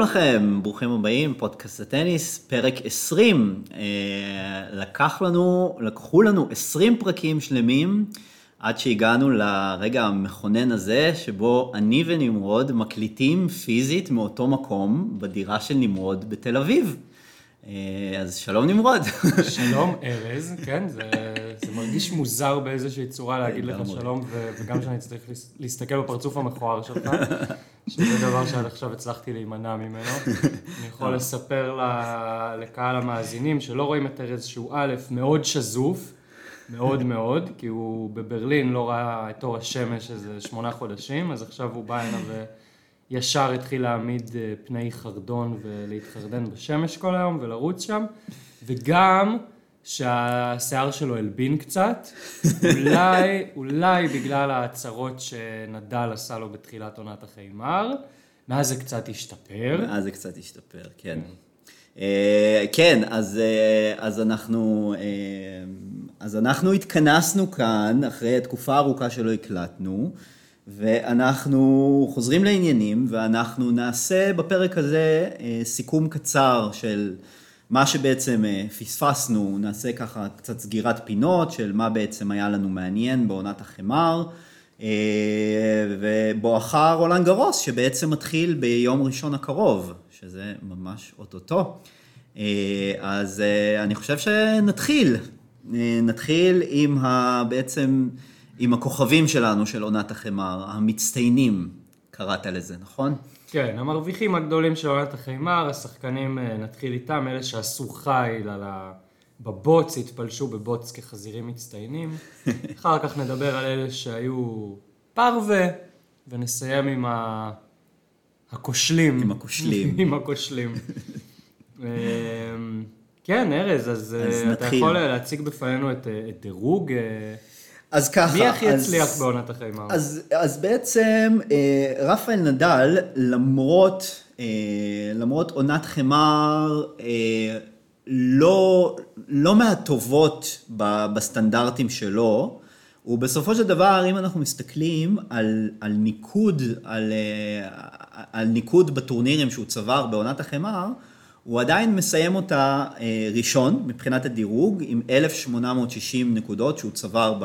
לכם, ברוכים הבאים, פודקאסט הטניס, פרק 20. לקחו לנו 20 פרקים שלמים, עד שהגענו לרגע המכונן הזה, שבו אני ונמרוד מקליטים פיזית מאותו מקום, בדירה של נמרוד בתל אביב. אז שלום נמרוד. שלום ארז, כן, זה מרגיש מוזר באיזושהי צורה להגיד לך שלום, וגם שאני צריך להסתכל בפרצוף המכוער שלך, שזה דבר שעד עכשיו הצלחתי להימנע ממנו. אני יכול לספר לקהל המאזינים שלא רואים את ארז שהוא א', מאוד שזוף, מאוד מאוד, כי הוא בברלין לא ראה את אור השמש איזה 8 חודשים, אז עכשיו הוא בא הנה וישר התחיל להעמיד פני חרדון ולהתחרדן בשמש כל היום ולרוץ שם, וגם שהשיער שלו הלבין קצת, אולי בגלל ההצהרות שנדל עשה לו בתחילת עונת החיימר, מאז זה קצת השתפר. כן. כן, אז אנחנו התכנסנו כאן אחרי תקופה ארוכה שלא הקלטנו, ואנחנו חוזרים לעניינים, ואנחנו נעשה בפרק הזה סיכום קצר של מה שבעצם פספסנו, נעשה ככה קצת סגירת פינות של מה בעצם היה לנו מעניין בעונת החמר, ובואכה רולאן גרוס שבעצם מתחיל ביום ראשון הקרוב, שזה ממש אוטוטו. אז אני חושב שנתחיל עם הכוכבים שלנו של עונת החמר, המצטיינים, קראת לזה, נכון? כן, המרוויחים הגדולים של עונת החמר, השחקנים נתחיל איתם, אלה שעשו חיל בבוץ, התפלשו בבוץ כחזירים מצטיינים. אחר כך נדבר על אלה שהיו פרווה, ונסיים עם הכושלים. עם הכושלים. כן, ארז, אז אתה יכול להציג בפנינו את דירוג? אז ככה. מי הכי הצליח בעונת החיימר? אז בעצם רפאל נדל, למרות עונת חמר לא מהטובות בסטנדרטים שלו, ובסופו של דבר, אם אנחנו מסתכלים על ניקוד בטורנירים שהוא צבר בעונת החמר, הוא עדיין מסיים אותה ראשון מבחינת הדירוג, עם 1,860 נקודות שהוא צבר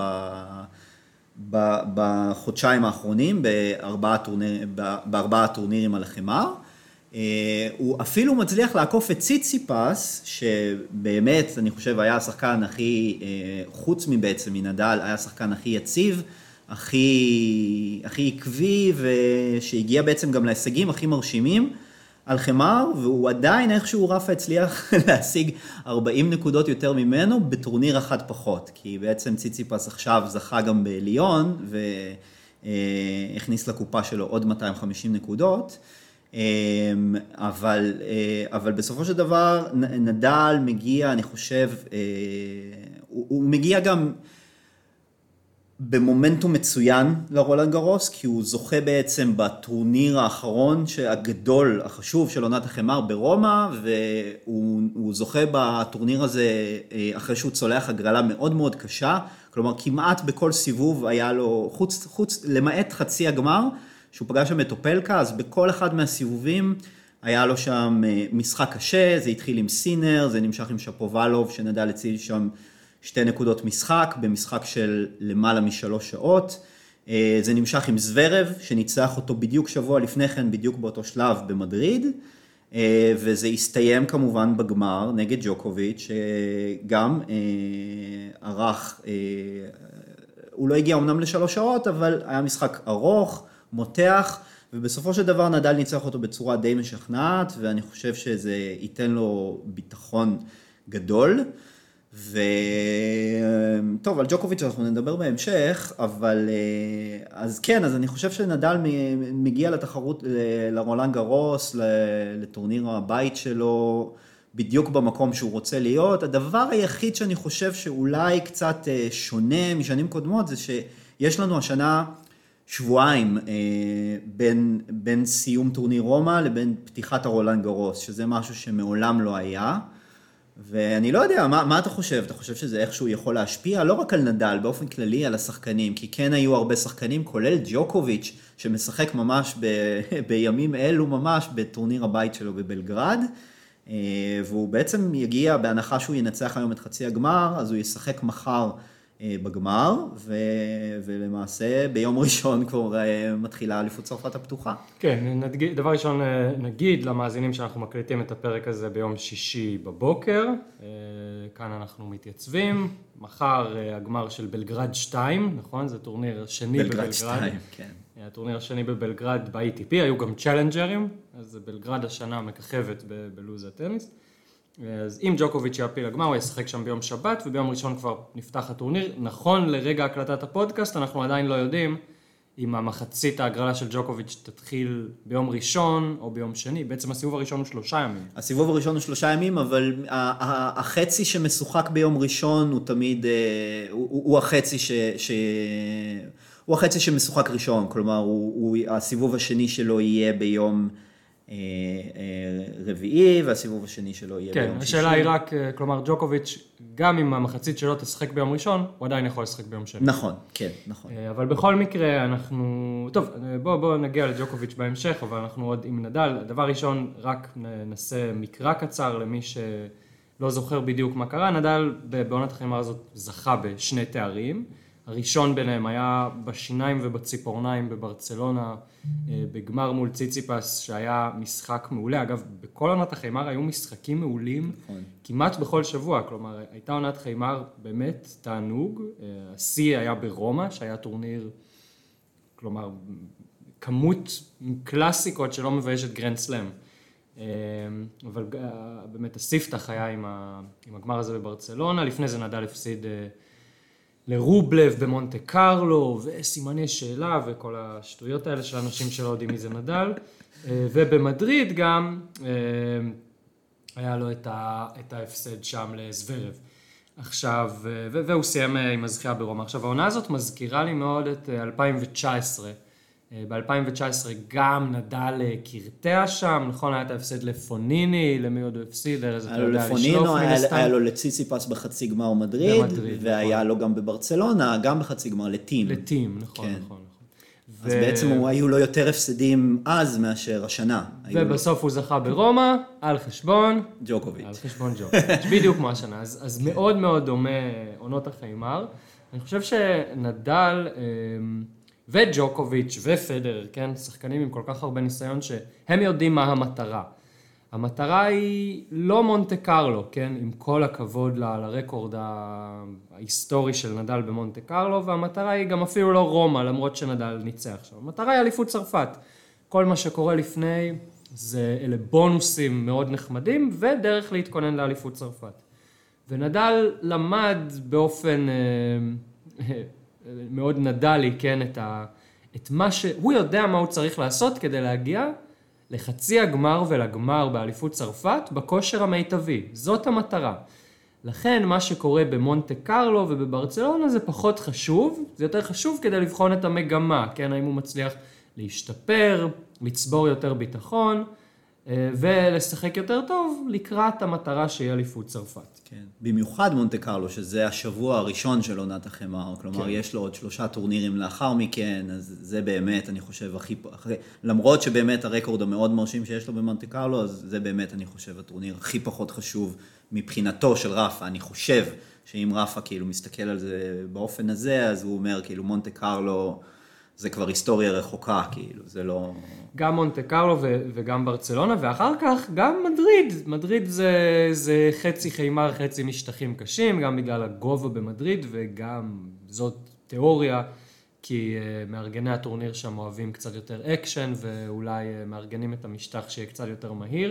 בחודשיים האחרונים, בארבעה טורנירים על החמר. הוא אפילו מצליח לעקוף את ציציפס, שבאמת אני חושב היה השחקן הכי, חוץ מבעצם מנדל, היה השחקן הכי יציב, הכי עקבי, ושהגיע בעצם גם להישגים הכי מרשימים על חמר, והוא עדיין איכשהו רפה הצליח להשיג 40 נקודות יותר ממנו בטורניר אחד פחות, כי בעצם ציציפס עכשיו זכה גם בליון, והכניס לקופה שלו עוד 250 נקודות, אבל בסופו של דבר נדל מגיע, אני חושב, הוא מגיע גם במומנטום מצוין לרולאן גרוס, כי הוא זוכה בעצם בטורניר האחרון הגדול, החשוב של עונת החמר ברומא, והוא זוכה בטורניר הזה אחרי שהוא צולח הגרלה מאוד מאוד קשה, כלומר כמעט בכל סיבוב היה לו, למעט חצי הגמר, שהוא פגש שם את אופלקה, אז בכל אחד מהסיבובים היה לו שם משחק קשה, זה התחיל עם סינר, זה נמשך עם שפובלוב, שנדל הציל שם 2 נקודות משחק, במשחק של למעלה מ3 שעות. זה נמשך עם זוורב, שניצח אותו בדיוק שבוע לפני כן, בדיוק באותו שלב במדריד, וזה הסתיים כמובן בגמר נגד ג'וקוביץ', שגם ערך, הוא לא הגיע אמנם ל3 שעות, אבל היה משחק ארוך, מותח, ובסופו של דבר נדל ניצח אותו בצורה די משכנעת, ואני חושב שזה ייתן לו ביטחון גדול. טוב, על ג'וקוביץ' אנחנו נדבר בהמשך, אבל אז כן, אז אני חושב שנדל מגיע לתחרות, לרולאן גרוס, לטורניר הבית שלו, בדיוק במקום שהוא רוצה להיות. הדבר היחיד שאני חושב שאולי קצת שונה משנים קודמות, זה שיש לנו השנה שבועיים בין סיום טורניר רומא לבין פתיחת הרולאן גרוס, שזה משהו שמעולם לא היה. ואני לא יודע, מה אתה חושב? אתה חושב שזה איכשהו יכול להשפיע? לא רק על נדל, באופן כללי על השחקנים, כי כן היו הרבה שחקנים, כולל ג'וקוביץ', שמשחק ממש בימים אלו ממש, בטורניר הבית שלו בבלגרד, והוא בעצם יגיע, בהנחה שהוא ינצח היום את חצי הגמר, אז הוא ישחק מחר בגמר, ולמעשה ביום ראשון כבר מתחילה אליפות צרפת הפתוחה. כן, דבר ראשון נגיד למאזינים שאנחנו מקליטים את הפרק הזה ביום שישי בבוקר, כאן אנחנו מתייצבים, מחר הגמר של בלגרד 2, נכון? זה טורניר השני בבלגרד. בלגרד 2, כן. הטורניר השני בבלגרד ב-ATP, היו גם צ'לנג'רים, אז בלגרד השנה מככבת בלוז הטניס. אז אם ג'וקוביץ' יעפיל לגמר, הוא ישחק שם ביום שבת, וביום ראשון כבר נפתח הטורניר. נכון לרגע הקלטת הפודקאסט, אנחנו עדיין לא יודעים אם המחצית ההגרלה של ג'וקוביץ' תתחיל ביום ראשון או ביום שני. בעצם הסיבוב הראשון הוא 3 ימים. הסיבוב הראשון הוא 3 ימים, אבל החצי שמשוחק ביום ראשון הוא תמיד, הוא החצי שמשוחק ראשון, כלומר הסיבוב השני שלו יהיה ביום רביעי, והסיבוב השני שלו יהיה ביום שישי. כן, השאלה היא רק, כלומר ג'וקוביץ' גם אם המחצית שלו תשחק ביום ראשון, הוא עדיין יכול לשחק ביום שני. נכון, כן, נכון. אבל בכל מקרה אנחנו, טוב, בוא נגיע לג'וקוביץ' בהמשך, אבל אנחנו עוד עם נדל. דבר ראשון, רק נעשה מקרא קצר למי שלא זוכר בדיוק מה קרה. נדל בעונת החיימר הזאת זכה בשני תארים. הראשון ביניהם היה בשיניים ובציפורניים בברצלונה, בגמר מול ציציפס, שהיה משחק מעולה. אגב, בכל עונת החיימר היו משחקים מעולים כמעט בכל שבוע. כלומר, הייתה עונת חיימר באמת תענוג. השיא היה ברומא, שהיה טורניר, כלומר, כמות קלאסיקות שלא מביישת גרנד סלאם. אבל באמת הספתח היה עם הגמר הזה בברצלונה. לפני זה נדל הפסיד לרובלב במונטה קרלו, וסימני שאלה, וכל השטויות האלה של אנשים שלא יודעים מי זה נדל. ובמדריד גם היה לו את ההפסד שם לזוורב. עכשיו, והוא סיים עם הזכייה ברומא. עכשיו, העונה הזאת מזכירה לי מאוד את 2019. ב-2019 גם נדל קרטע שם, נכון, היה את ההפסד לפוניני, למי עוד הוא הפסיד, היה לו לפונינו, היה לו לציציפס בחצי גמר מדריד, והיה לו גם בברצלונה, גם בחצי גמר לטים. לטים, נכון, נכון. אז בעצם היו לו יותר הפסדים אז מאשר השנה. ובסוף הוא זכה ברומא, על חשבון ג'וקוביץ'. על חשבון ג'וקוביץ', בדיוק כמו השנה. אז מאוד מאוד דומה עונות החיימר. אני חושב שנדל וג'וקוביץ' ופדרר, כן, שחקנים עם כל כך הרבה ניסיון שהם יודעים מה המטרה. המטרה היא לא מונטה קרלו, כן, עם כל הכבוד לרקורד ההיסטורי של נדל במונטה קרלו, והמטרה היא גם אפילו לא רומא, למרות שנדל ניצח שם. המטרה היא אליפות צרפת. כל מה שקורה לפני אלה בונוסים מאוד נחמדים, ודרך להתכונן לאליפות צרפת. ונדל למד באופן מאוד נדלי, כן, את מה הוא יודע מה הוא צריך לעשות כדי להגיע לחצי הגמר ולגמר באליפות צרפת בכושר המיטבי. זאת המטרה. לכן מה שקורה במונטה קרלו ובברצלונה זה פחות חשוב, זה יותר חשוב כדי לבחון את המגמה, כן, האם הוא מצליח להשתפר, לצבור יותר ביטחון, ולשחק יותר טוב לקראת המטרה שיהיה אליפות צרפת. כן. במיוחד מונטה קרלו, שזה השבוע הראשון של עונת החיימר, כלומר כן. יש לו עוד 3 טורנירים לאחר מכן, אז זה באמת, אני חושב, למרות שבאמת הרקורד המאוד מרשים שיש לו במונטה קרלו, אז זה באמת, אני חושב, הטורניר הכי פחות חשוב מבחינתו של רפה. אני חושב שאם רפה כאילו מסתכל על זה באופן הזה, אז הוא אומר כאילו מונטה קרלו, זה כבר היסטוריה רחוקה, כאילו, זה לא... גם מונטה קרלו וגם ברצלונה, ואחר כך גם מדריד. מדריד זה חצי חיימר, חצי משטחים קשים, גם בגלל הגובה במדריד, וגם זאת תיאוריה, כי מארגני הטורניר שם אוהבים קצת יותר אקשן, ואולי מארגנים את המשטח שיהיה קצת יותר מהיר.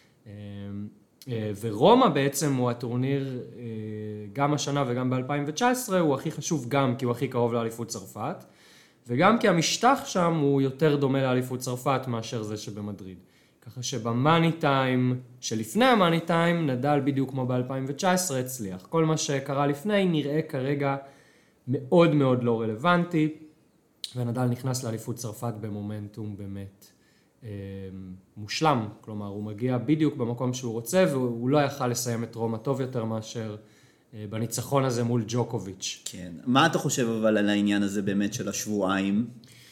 ורומא בעצם הוא הטורניר, גם השנה וגם ב-2019, הוא הכי חשוב גם כי הוא הכי קרוב לאליפות צרפת, וגם כי המשטח שם הוא יותר דומה לאליפות צרפת מאשר זה שבמדריד. ככה שבמאני טיים, שלפני המאני טיים, נדל בדיוק כמו ב-2019 הצליח. כל מה שקרה לפני נראה כרגע מאוד מאוד לא רלוונטי, ונדל נכנס לאליפות צרפת במומנטום באמת מושלם, כלומר הוא מגיע בדיוק במקום שהוא רוצה, והוא לא יכל לסיים את רומא טוב יותר מאשר בניצחון הזה מול ג'וקוביץ'. כן. מה אתה חושב אבל על העניין הזה באמת של השבועיים?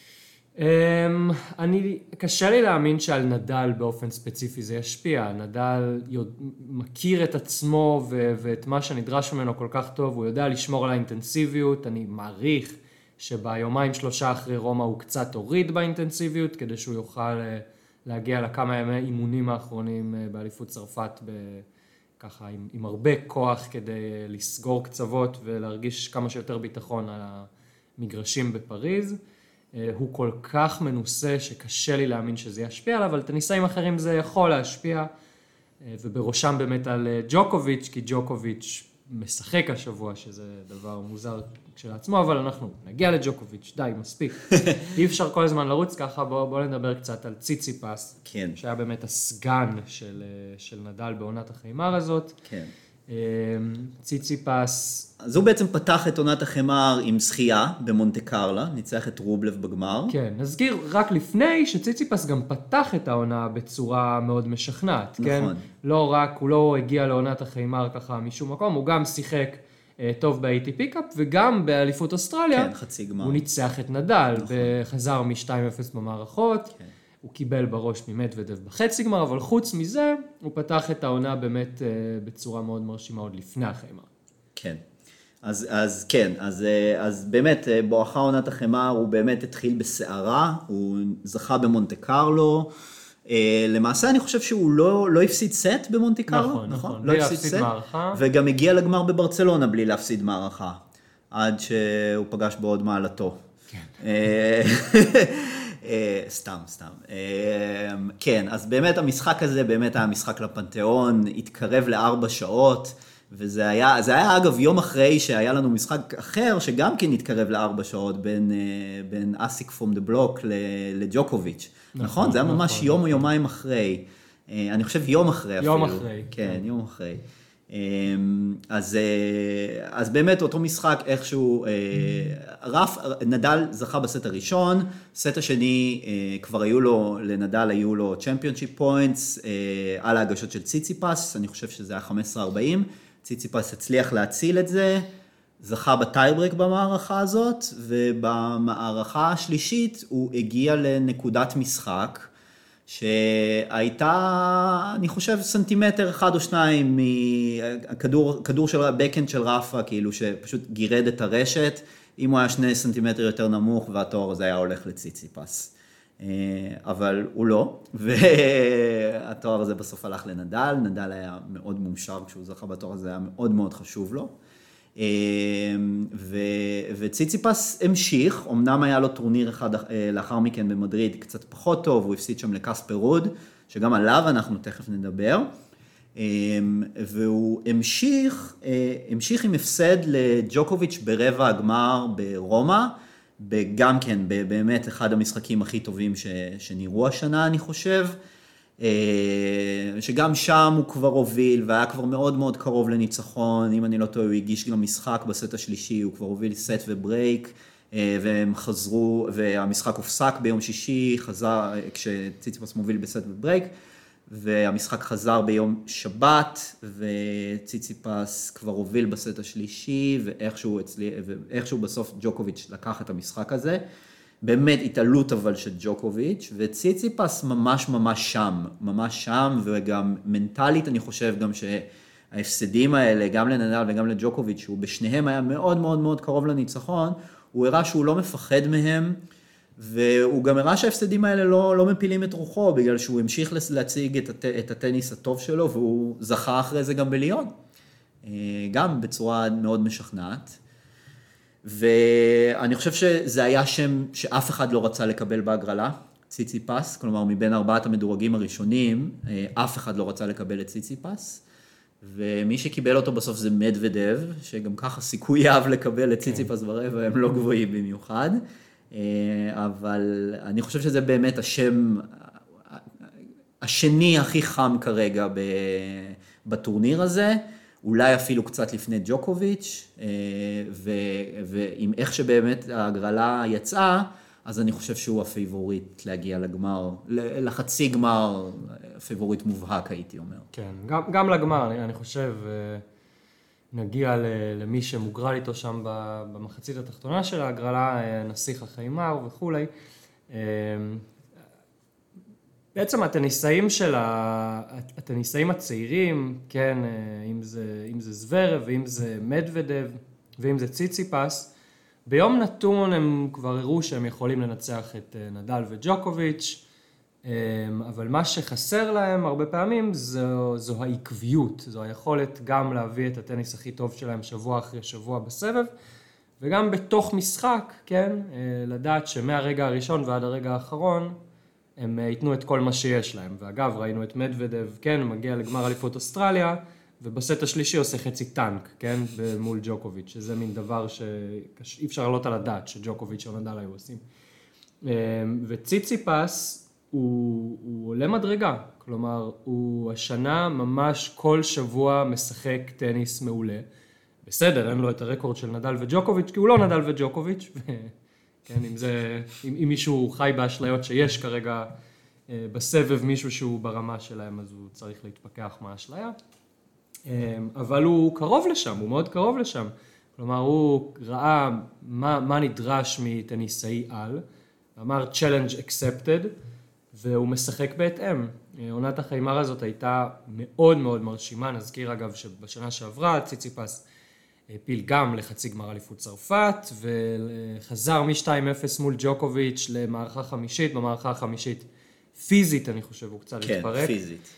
קשה לי להאמין שעל נדל באופן ספציפי זה ישפיע. נדל מכיר את עצמו ואת מה שנדרש ממנו כל כך טוב, הוא יודע לשמור על האינטנסיביות, אני מעריך שביומיים 3 אחרי רומא הוא קצת הוריד באינטנסיביות, כדי שהוא יוכל להגיע לכמה ימי אימונים האחרונים באליפות צרפת ככה עם הרבה כוח כדי לסגור קצוות ולהרגיש כמה שיותר ביטחון על המגרשים בפריז. הוא כל כך מנוסה שקשה לי להאמין שזה ישפיע עליו, אבל טניסאים אחרים זה יכול להשפיע, ובראשם באמת על ג'וקוביץ', כי ג'וקוביץ' משחק השבוע, שזה דבר מוזר כשלעצמו, אבל אנחנו נגיע לג'וקוביץ', די, מספיק. אי אפשר כל הזמן לרוץ ככה, בואו נדבר קצת על ציציפס, כן. שהיה באמת הסגן של נדל בעונת החיימר הזאת. כן. ציציפס... אז הוא בעצם פתח את עונת החמר עם זכייה במונטה קרלה, ניצח את רובלב בגמר. כן, נזכיר רק לפני שציציפס גם פתח את העונה בצורה מאוד משכנעת, כן? נכון. לא רק, הוא לא הגיע לעונת החיימר ככה משום מקום, הוא גם שיחק טוב ב-ATP קאפ, וגם באליפות אוסטרליה. כן, חצי גמר. הוא ניצח את נדל, נכון. וחזר מ-2-0 במערכות. כן. הוא קיבל בראש ממדוודב בחצי גמר, אבל חוץ מזה, הוא פתח את העונה באמת בצורה מאוד מרשימה עוד לפני החיימר. כן. אז באמת, בואכה עונת החמר, הוא באמת התחיל בסערה, הוא זכה במונטה קרלו, למעשה אני חושב שהוא לא הפסיד סט במונטה קרלו, נכון, לא הפסיד סט, וגם הגיע לגמר בברצלונה בלי להפסיד מערכה, עד שהוא פגש בעוד מעלתו. כן. סתם. כן, אז באמת המשחק הזה, באמת היה משחק לפנתיאון, התקרב ל4 שעות, וזה היה אגב יום אחרי שהיה לנו משחק אחר, שגם כן התקרב ל4 שעות, בין אסיק פום דה בלוק לג'וקוביץ'. נכון? זה היה ממש יום או יומיים אחרי. אני חושב יום אחרי אפילו. יום אחרי. כן, יום אחרי. אז באמת אותו משחק איכשהו, נדל זכה בסט הראשון, סט השני כבר לנדל היו לו צ'מפיונשיפ פוינטס, על ההגשות של ציציפס, אני חושב שזה היה 15-40, ציציפס הצליח להציל את זה, זכה בטייברק במערכה הזאת, ובמערכה השלישית הוא הגיע לנקודת משחק, שהייתה, אני חושב, סנטימטר 1 או 2 כדור של בקאנד של רפה, כאילו שפשוט גירד את הרשת, אם הוא היה 2 סנטימטר יותר נמוך, והתואר הזה היה הולך לציציפס. אבל הוא לא, והתואר הזה בסוף הלך לנדל, נדל היה מאוד מאושר כשהוא זכה בתואר הזה, היה מאוד מאוד חשוב לו. וציציפס המשיך, אמנם היה לו טורניר אחד לאחר מכן במדריד קצת פחות טוב, הוא הפסיד שם לקספר רוד, שגם עליו אנחנו תכף נדבר, והוא המשיך עם הפסד לג'וקוביץ' ברבע הגמר ברומא, גם כן באמת אחד המשחקים הכי טובים שנראו השנה אני חושב, שגם שם הוא כבר הוביל, והיה כבר מאוד מאוד קרוב לניצחון, אם אני לא טועה, הוא הגיש גם משחק בסט השלישי, הוא כבר הוביל סט וברייק, והם חזרו, והמשחק הופסק ביום שישי, כשציציפס מוביל בסט וברייק, והמשחק חזר ביום שבת, וציציפס כבר הוביל בסט השלישי, ואיכשהו בסוף ג'וקוביץ' לקח את המשחק הזה, באמת התעלות אבל של ג'וקוביץ', וציציפס ממש שם, וגם מנטלית אני חושב גם שההפסדים האלה, גם לנדל וגם לג'וקוביץ', שהוא בשניהם היה מאוד מאוד מאוד קרוב לניצחון, הוא הראה שהוא לא מפחד מהם, והוא גם הראה שההפסדים האלה לא מפילים את רוחו, בגלל שהוא המשיך להציג את הטניס הטוב שלו, והוא זכה אחרי זה גם בליון, גם בצורה מאוד משכנעת. ואני חושב שזה היה שם שאף אחד לא רצה לקבל בהגרלה, ציציפס, כלומר מבין 4 המדורגים הראשונים, אף אחד לא רצה לקבל את ציציפס, ומי שקיבל אותו בסוף זה מדוודב, שגם ככה סיכוייו לקבל את ציציפס ברבע הם לא גבוהים במיוחד, אבל אני חושב שזה באמת השני הכי חם כרגע בטורניר הזה, אולי אפילו קצת לפני ג'וקוביץ', ועם איך שבאמת ההגרלה יצאה, אז אני חושב שהוא הפייבוריט להגיע לגמר, לחצי גמר, פייבוריט מובהק הייתי אומר. כן, גם לגמר, אני חושב, נגיע למי שמוגרל איתו שם במחצית התחתונה של ההגרלה, נסיך החיימר וכולי. בעצם הטניסאים הצעירים, כן, אם זה זוורב ואם זה מדוודב ואם זה ציציפס, ביום נתון הם כבר הראו שהם יכולים לנצח את נדל וג'וקוביץ', אבל מה שחסר להם הרבה פעמים זו העקביות, זו היכולת גם להביא את הטניס הכי טוב שלהם שבוע אחרי שבוע בסבב, וגם בתוך משחק, כן, לדעת שמהרגע הראשון ועד הרגע האחרון, הם ייתנו את כל מה שיש להם. ואגב, ראינו את מדוודב, כן, מגיע לגמר אליפות אוסטרליה, ובסט השלישי עושה חצי טנק, כן, מול ג'וקוביץ', שזה מין דבר שאי אפשר לעלות על הדעת, שג'וקוביץ' או נדל היו עושים. וציציפס, הוא עולה מדרגה, כלומר, הוא השנה ממש כל שבוע משחק טניס מעולה. בסדר, אין לו את הרקורד של נדל וג'וקוביץ', כי הוא לא נדל וג'וקוביץ', כן, אם מישהו חי באשליות שיש כרגע בסבב מישהו שהוא ברמה שלהם, אז הוא צריך להתפכח מהאשליה. אבל הוא קרוב לשם, הוא מאוד קרוב לשם. כלומר, הוא ראה מה נדרש מטניסאי על, אמר challenge accepted, והוא משחק בהתאם. עונת החיימר הזאת הייתה מאוד מאוד מרשימה, נזכיר אגב שבשנה שעברה ציציפס פיל גם לחצי גמר אליפות צרפת, וחזר מ-2-0 מול ג'וקוביץ' למערכה חמישית, במערכה החמישית פיזית אני חושב, הוא קצת התפרק. כן, פיזית.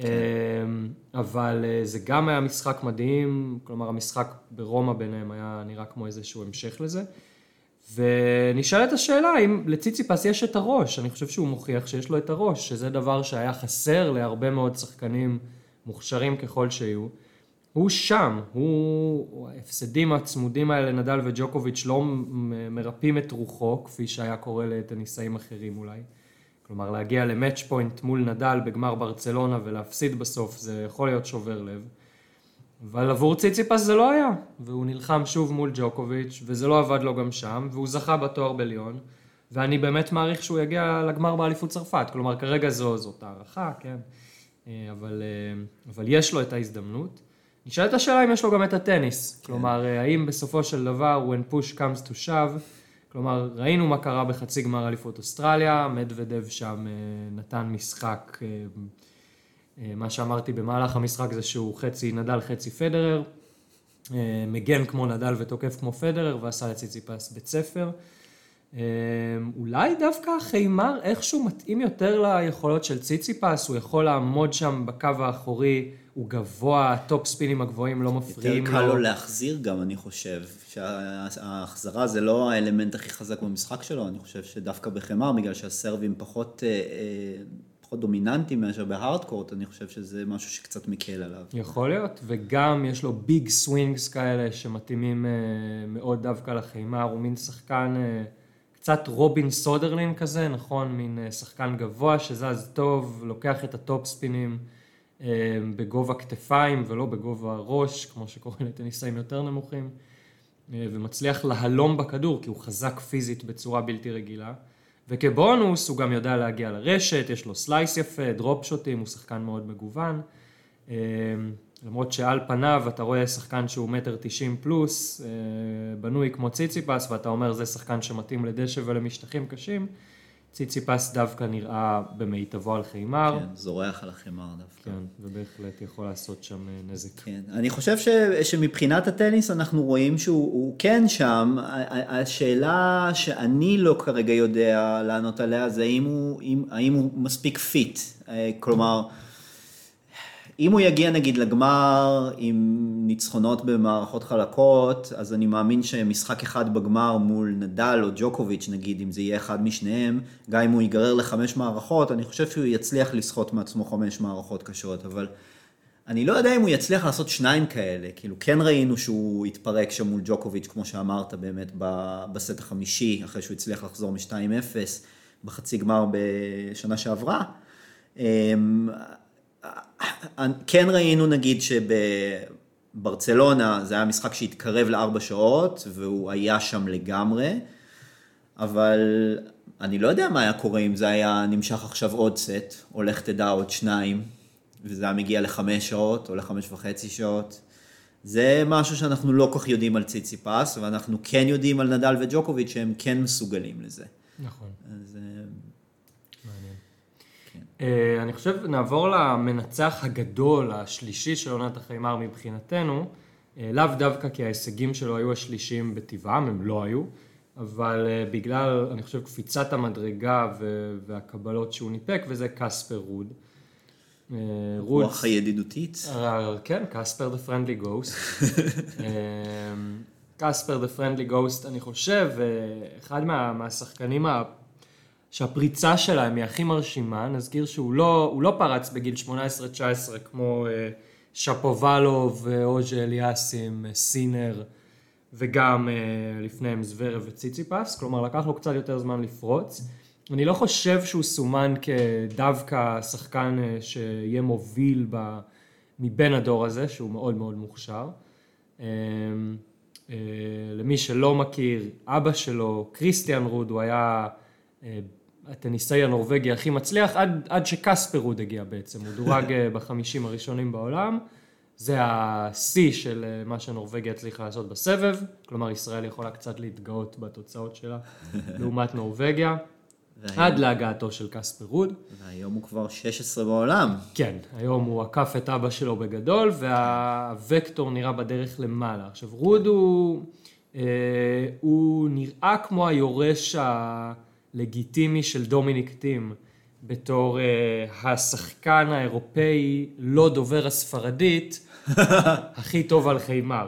אבל זה גם היה משחק מדהים, כלומר המשחק ברומא ביניהם היה נראה כמו איזשהו המשך לזה. ונשאלת השאלה אם לציציפס יש את הראש, אני חושב שהוא מוכיח שיש לו את הראש, שזה דבר שהיה חסר להרבה מאוד שחקנים מוכשרים ככל שיהיו. הוא שם, ההפסדים הצמודים האלה לנדל וג'וקוביץ' לא מרפאים את רוחו, כפי שהיה קורה לטניסאים אחרים אולי. כלומר, להגיע למאץ' פוינט מול נדל בגמר ברצלונה ולהפסיד בסוף, זה יכול להיות שובר לב. אבל עבור ציציפס זה לא היה, והוא נלחם שוב מול ג'וקוביץ', וזה לא עבד לו גם שם, והוא זכה בתואר בליון, ואני באמת מעריך שהוא יגיע לגמר באליפות צרפת, כלומר, כרגע זאת הערכה, כן, אבל יש לו את ההזדמנות. נשאלת השאלה אם יש לו גם את הטניס, כלומר, האם בסופו של דבר, when push comes to shove, כלומר, ראינו מה קרה בחצי גמר אליפות אוסטרליה, מדוודב שם נתן משחק, מה שאמרתי במהלך המשחק זה שהוא חצי נדל, חצי פדרר, מגן כמו נדל ותוקף כמו פדרר, ועשה לציציפס בית ספר. אולי דווקא החיימר איכשהו מתאים יותר ליכולות של ציציפס, הוא יכול לעמוד שם בקו האחורי, הוא גבוה, הטופ ספינים הגבוהים לא מפריעים לו. יותר קל לו להחזיר גם, אני חושב, שההחזרה זה לא האלמנט הכי חזק במשחק שלו, אני חושב שדווקא בחיימר, בגלל שהסרבים פחות דומיננטיים מאשר בהארדקורט, אני חושב שזה משהו שקצת מקל עליו. יכול להיות, וגם יש לו ביג סווינגס כאלה שמתאימים מאוד דווקא לחיימר, הוא מין שחקן קצת רובין סודרלין כזה, נכון? מין שחקן גבוה שזז טוב, לוקח את הטופ ספינים בגובה כתפיים ולא בגובה הראש, כמו שקורה לטניסאים יותר נמוכים, ומצליח להלום בכדור, כי הוא חזק פיזית בצורה בלתי רגילה. וכבונוס הוא גם יודע להגיע לרשת, יש לו סלייס יפה, דרופ שוטים, הוא שחקן מאוד מגוון. למרות שעל פניו אתה רואה שחקן שהוא 1.90 פלוס, בנוי כמו ציציפס, ואתה אומר זה שחקן שמתאים לדשא ולמשטחים קשים. ציציפס דווקא נראה במיטבו על חיימר. כן, זורח על החיימר דווקא. כן, ובהחלט יכול לעשות שם נזק. כן, אני חושב שמבחינת הטניס אנחנו רואים שהוא כן שם. השאלה שאני לא כרגע יודע לענות עליה זה האם הוא מספיק פיט. כלומר, אם הוא יגיע נגיד לגמר עם ניצחונות במערכות חלקות, אז אני מאמין שמשחק אחד בגמר מול נדל או ג'וקוביץ' נגיד, אם זה יהיה אחד משניהם, גם אם הוא ייגרר ל5 מערכות, אני חושב שהוא יצליח לסחוט מעצמו 5 מערכות קשות, אבל אני לא יודע אם הוא יצליח לעשות 2 כאלה, כאילו כן ראינו שהוא התפרק שם מול ג'וקוביץ', כמו שאמרת באמת בסט החמישי, אחרי שהוא הצליח לחזור מ-2-0 בחצי גמר בשנה שעברה. כן ראינו נגיד שברצלונה זה היה משחק שהתקרב ל4 שעות והוא היה שם לגמרי, אבל אני לא יודע מה היה קורה אם זה היה נמשך עכשיו עוד סט, או לך תדע עוד 2, וזה היה מגיע ל5 שעות, או ל5.5 שעות. זה משהו שאנחנו לא כל כך יודעים על ציציפס, ואנחנו כן יודעים על נדל וג'וקוביץ' שהם כן מסוגלים לזה. נכון. אז... מעניין. כן. אני חושב, נעבור למנצח הגדול, השלישי של עונת החיימר מבחינתנו, לאו דווקא כי ההישגים שלו היו השלישיים בטבעם, הם לא היו, אבל בגלל, אני חושב, קפיצת המדרגה והקבלות שהוא ניפק, וזה קספר רוד. רוח הידידותית. כן, קספר the friendly ghost. קספר the friendly ghost, אני חושב, אחד מהשחקנים שהפריצה שלהם היא הכי מרשימה, נזכיר שהוא לא פרץ בגיל 18-19 כמו שפובלוב ואוז'ה אליאסים, סינר, וגם לפניהם זוורב וציציפס, כלומר לקח לו קצת יותר זמן לפרוץ. אני לא חושב שהוא סומן כדווקא שחקן שיהיה מוביל מבין הדור הזה, שהוא מאוד מאוד מוכשר. למי שלא מכיר, אבא שלו, קריסטיאן רוד, הוא היה הטניסאי הנורווגי הכי מצליח, עד שקספר רוד הגיע בעצם. הוא דורג ב50 הראשונים בעולם. זה השיא של מה שנורווגיה הצליחה לעשות בסבב, כלומר ישראל יכולה קצת להתגאות בתוצאות שלה, לעומת נורווגיה, עד להגעתו של קספר רוד. והיום הוא כבר 16 בעולם. כן, היום הוא עקף את אבא שלו בגדול, והווקטור נראה בדרך למעלה. עכשיו רוד הוא נראה כמו היורש הלגיטימי של דומיניק טים, בתור השחקן האירופאי לא דובר הספרדית, הכי טוב על חיימר.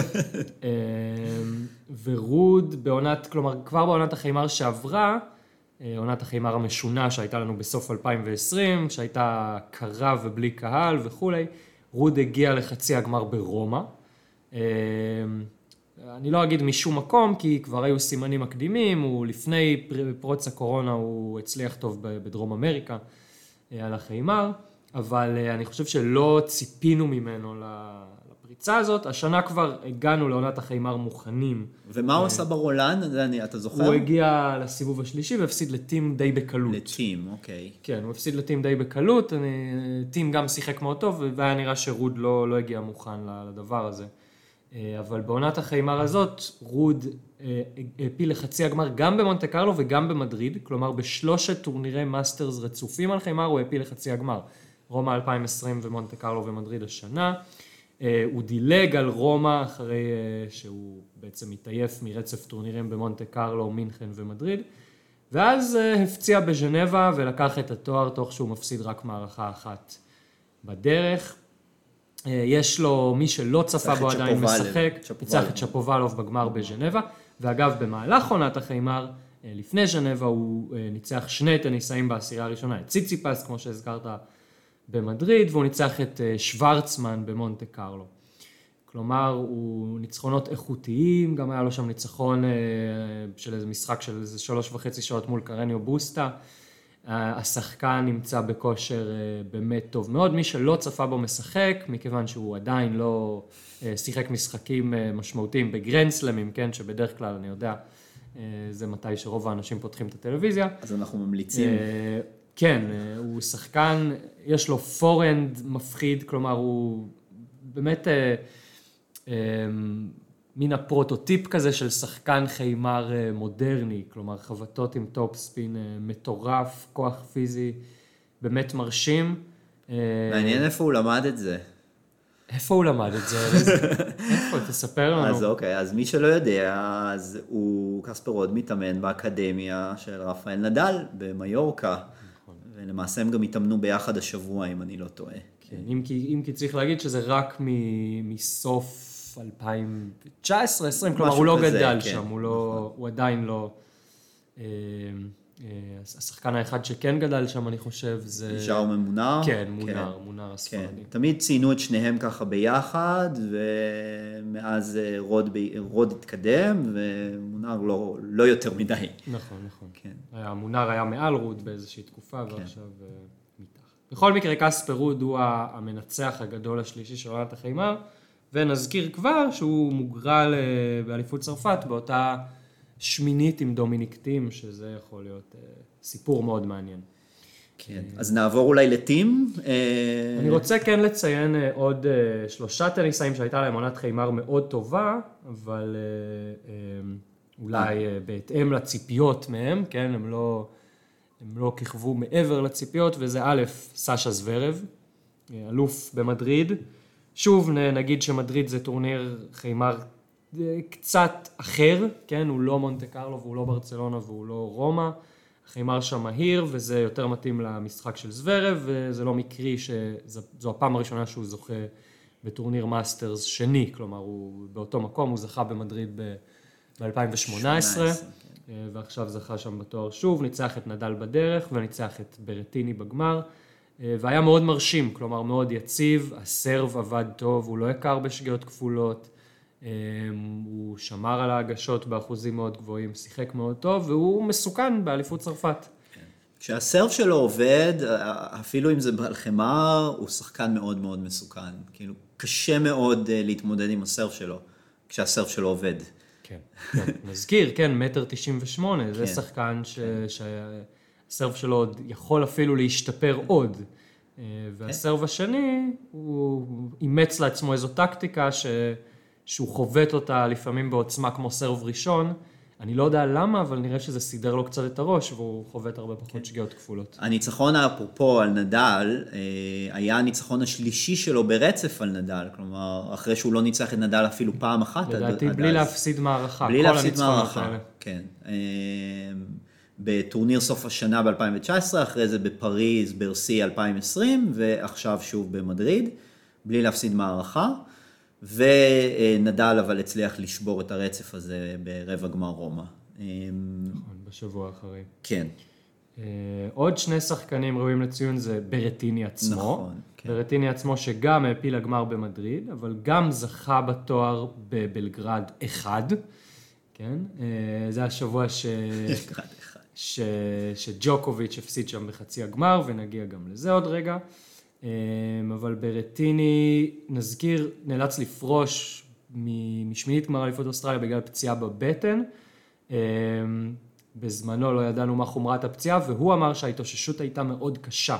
ורוד בעונת, כלומר כבר בעונת החיימר שעברה, עונת החיימר המשונה שהייתה לנו בסוף 2020, שהייתה קרה ובלי קהל וכו', רוד הגיע לחצי הגמר ברומא. אני לא אגיד משום מקום, כי כבר היו סימנים מקדימים, הוא לפני פרוץ הקורונה הוא הצליח טוב בדרום אמריקה על החיימר, אבל אני חושב שלא ציפינו ממנו לפריצה הזאת. השנה כבר הגענו לעונת החיימר מוכנים. ומה הוא עשה ברולנד? אתה זוכר? הוא הגיע לסיבוב השלישי והפסיד לטים די בקלות. לטים, אוקיי. כן, הוא הפסיד לטים די בקלות, טים גם שיחק מאוד טוב, והיה נראה שרוד לא הגיע מוכן לדבר הזה. אבל בעונת החיימר הזאת, רוד העפיל לחצי הגמר גם במונטה קרלו וגם במדריד, כלומר בשלושת טורנירי מאסטרס רצופים על חיימר הוא העפיל לחצי הגמר. רומא 2020 ומונטה קרלו ומדריד השנה. הוא דילג על רומא אחרי שהוא בעצם התעייף מרצף טורנירים במונטה קרלו, מינכן ומדריד. ואז הפציע בז'נבה ולקח את התואר תוך שהוא מפסיד רק מערכה אחת בדרך. יש לו מי שלא צפה בו עדיין משחק, ניצח את שפובלוב בגמר בז'נבה, ואגב במהלך עונת החיימר, לפני ז'נבה הוא ניצח שני טניסאים בעשירייה הראשונה, את ציציפס כמו שהזכרת במדריד, והוא ניצח את שוורצמן במונטה קרלו. כלומר, הוא ניצחונות איכותיים, גם היה לו שם ניצחון של איזה משחק של איזה 3.5 שעות מול קרניו בוסטה, השחקן נמצא בכושר באמת טוב מאוד, מי שלא צפה בו משחק, מכיוון שהוא עדיין לא שיחק משחקים משמעותיים בגרנדסלמים, כן, שבדרך כלל אני יודע, זה מתי שרוב האנשים פותחים את הטלוויזיה. אז אנחנו ממליצים. כן, הוא שחקן, יש לו פורנד מפחיד, כלומר הוא באמת מין הפרוטוטיפ כזה של שחקן חיימר מודרני, כלומר חבטות עם טופ ספין מטורף, כוח פיזי, באמת מרשים. מעניין איפה הוא למד את זה. איפה הוא למד את זה? איפה? תספר לנו. אז אוקיי, אז מי שלא יודע, אז קספר רוד מתאמן באקדמיה של רפאל נדל במיורקה, ולמעשה הם גם התאמנו ביחד השבוע, אם אני לא טועה. אם כי צריך להגיד שזה רק מסוף 2019-2020, כלומר הוא לא גדל שם, הוא עדיין לא, השחקן האחד שכן גדל שם אני חושב זה... ז'אומר מונר? כן, מונר הספרדי. תמיד ציינו את שניהם ככה ביחד, ומאז רוד התקדם, ומונר לא יותר מדי. נכון. מונר היה מעל רוד באיזושהי תקופה, ועכשיו מתחת. בכל מקרה, קספר רוד הוא המנצח הגדול השלישי של עונת החיימר, ונזכיר כבר שהוא מוגרל באליפות צרפת באותה שמינית עם דומיניקטים, שזה יכול להיות סיפור מאוד מעניין. כן, אז נעבור אולי לטים. אני רוצה כן לציין עוד 3 טניסאים שהייתה להם עונת חיימר מאוד טובה, אבל אולי בהתאם לציפיות מהם, כן, הם לא כיכבו מעבר לציפיות, וזה א', סשה זוורב, אלוף במדריד. שוב נגיד שמדריד זה טורניר חיימר קצת אחר, כן, הוא לא מונטה קרלו והוא לא ברצלונה והוא לא רומא. חיימר שם מהיר, וזה יותר מתאים למשחק של זוורב, וזה לא מקרי שזו הפעם הראשונה שהוא זוכה בטורניר מאסטרס שני, כלומר הוא באותו מקום, הוא זכה במדריד ב-2018, ועכשיו זכה שם בתואר שוב, ניצח את נדל בדרך, וניצח את ברטיני בגמר, והיה מאוד מרשים, כלומר מאוד יציב, הסרב עבד טוב, הוא לא יקר בשגיאות כפולות, הוא שמר על ההגשות באחוזים מאוד גבוהים, שיחק מאוד טוב, והוא מסוכן באליפות צרפת. כשהסרב שלו עובד, אפילו אם זה בחמר, הוא שחקן מאוד מאוד מסוכן. כאילו, קשה מאוד להתמודד עם הסרב שלו, כשהסרב שלו עובד. כן, נזכיר, כן, 1.98 מטר, זה שחקן שהסרב שלו עוד יכול אפילו להשתפר עוד. והסרב השני, הוא אימץ לעצמו איזו טקטיקה שהוא חובט אותה לפעמים בעוצמה כמו סרב ראשון. אני לא יודע למה, אבל נראה שזה סידר לו קצת את הראש, והוא חובט הרבה פחות שגיאות כפולות. הניצחון אפרופו על נדל, היה הניצחון השלישי שלו ברצף על נדל, כלומר, אחרי שהוא לא ניצח את נדל אפילו פעם אחת. לדעתי, בלי להפסיד מערכה. בלי להפסיד מערכה, כן. בטורניר סוף השנה ב-2019, אחרי זה בפריז, ברסי 2020, ועכשיו שוב במדריד, בלי להפסיד מערכה. ונדל אבל הצליח לשבור את הרצף הזה ברבע גמר רומא. נכון, בשבוע אחרי. כן. עוד 2 שחקנים ראויים לציון זה ברטיני עצמו. נכון. כן. ברטיני עצמו שגם העפיל לגמר במדריד, אבל גם זכה בתואר בבלגרד 1. כן? זה השבוע שג'וקוביץ' הפסיד שם בחצי הגמר, ונגיע גם לזה עוד רגע. אבל ברטיני, נזכיר, נאלץ לפרוש משמינית גמר אליפות אוסטרליה בגלל פציעה בבטן. בזמנו לא ידענו מה חומרת הפציעה, והוא אמר שההתאוששות הייתה מאוד קשה.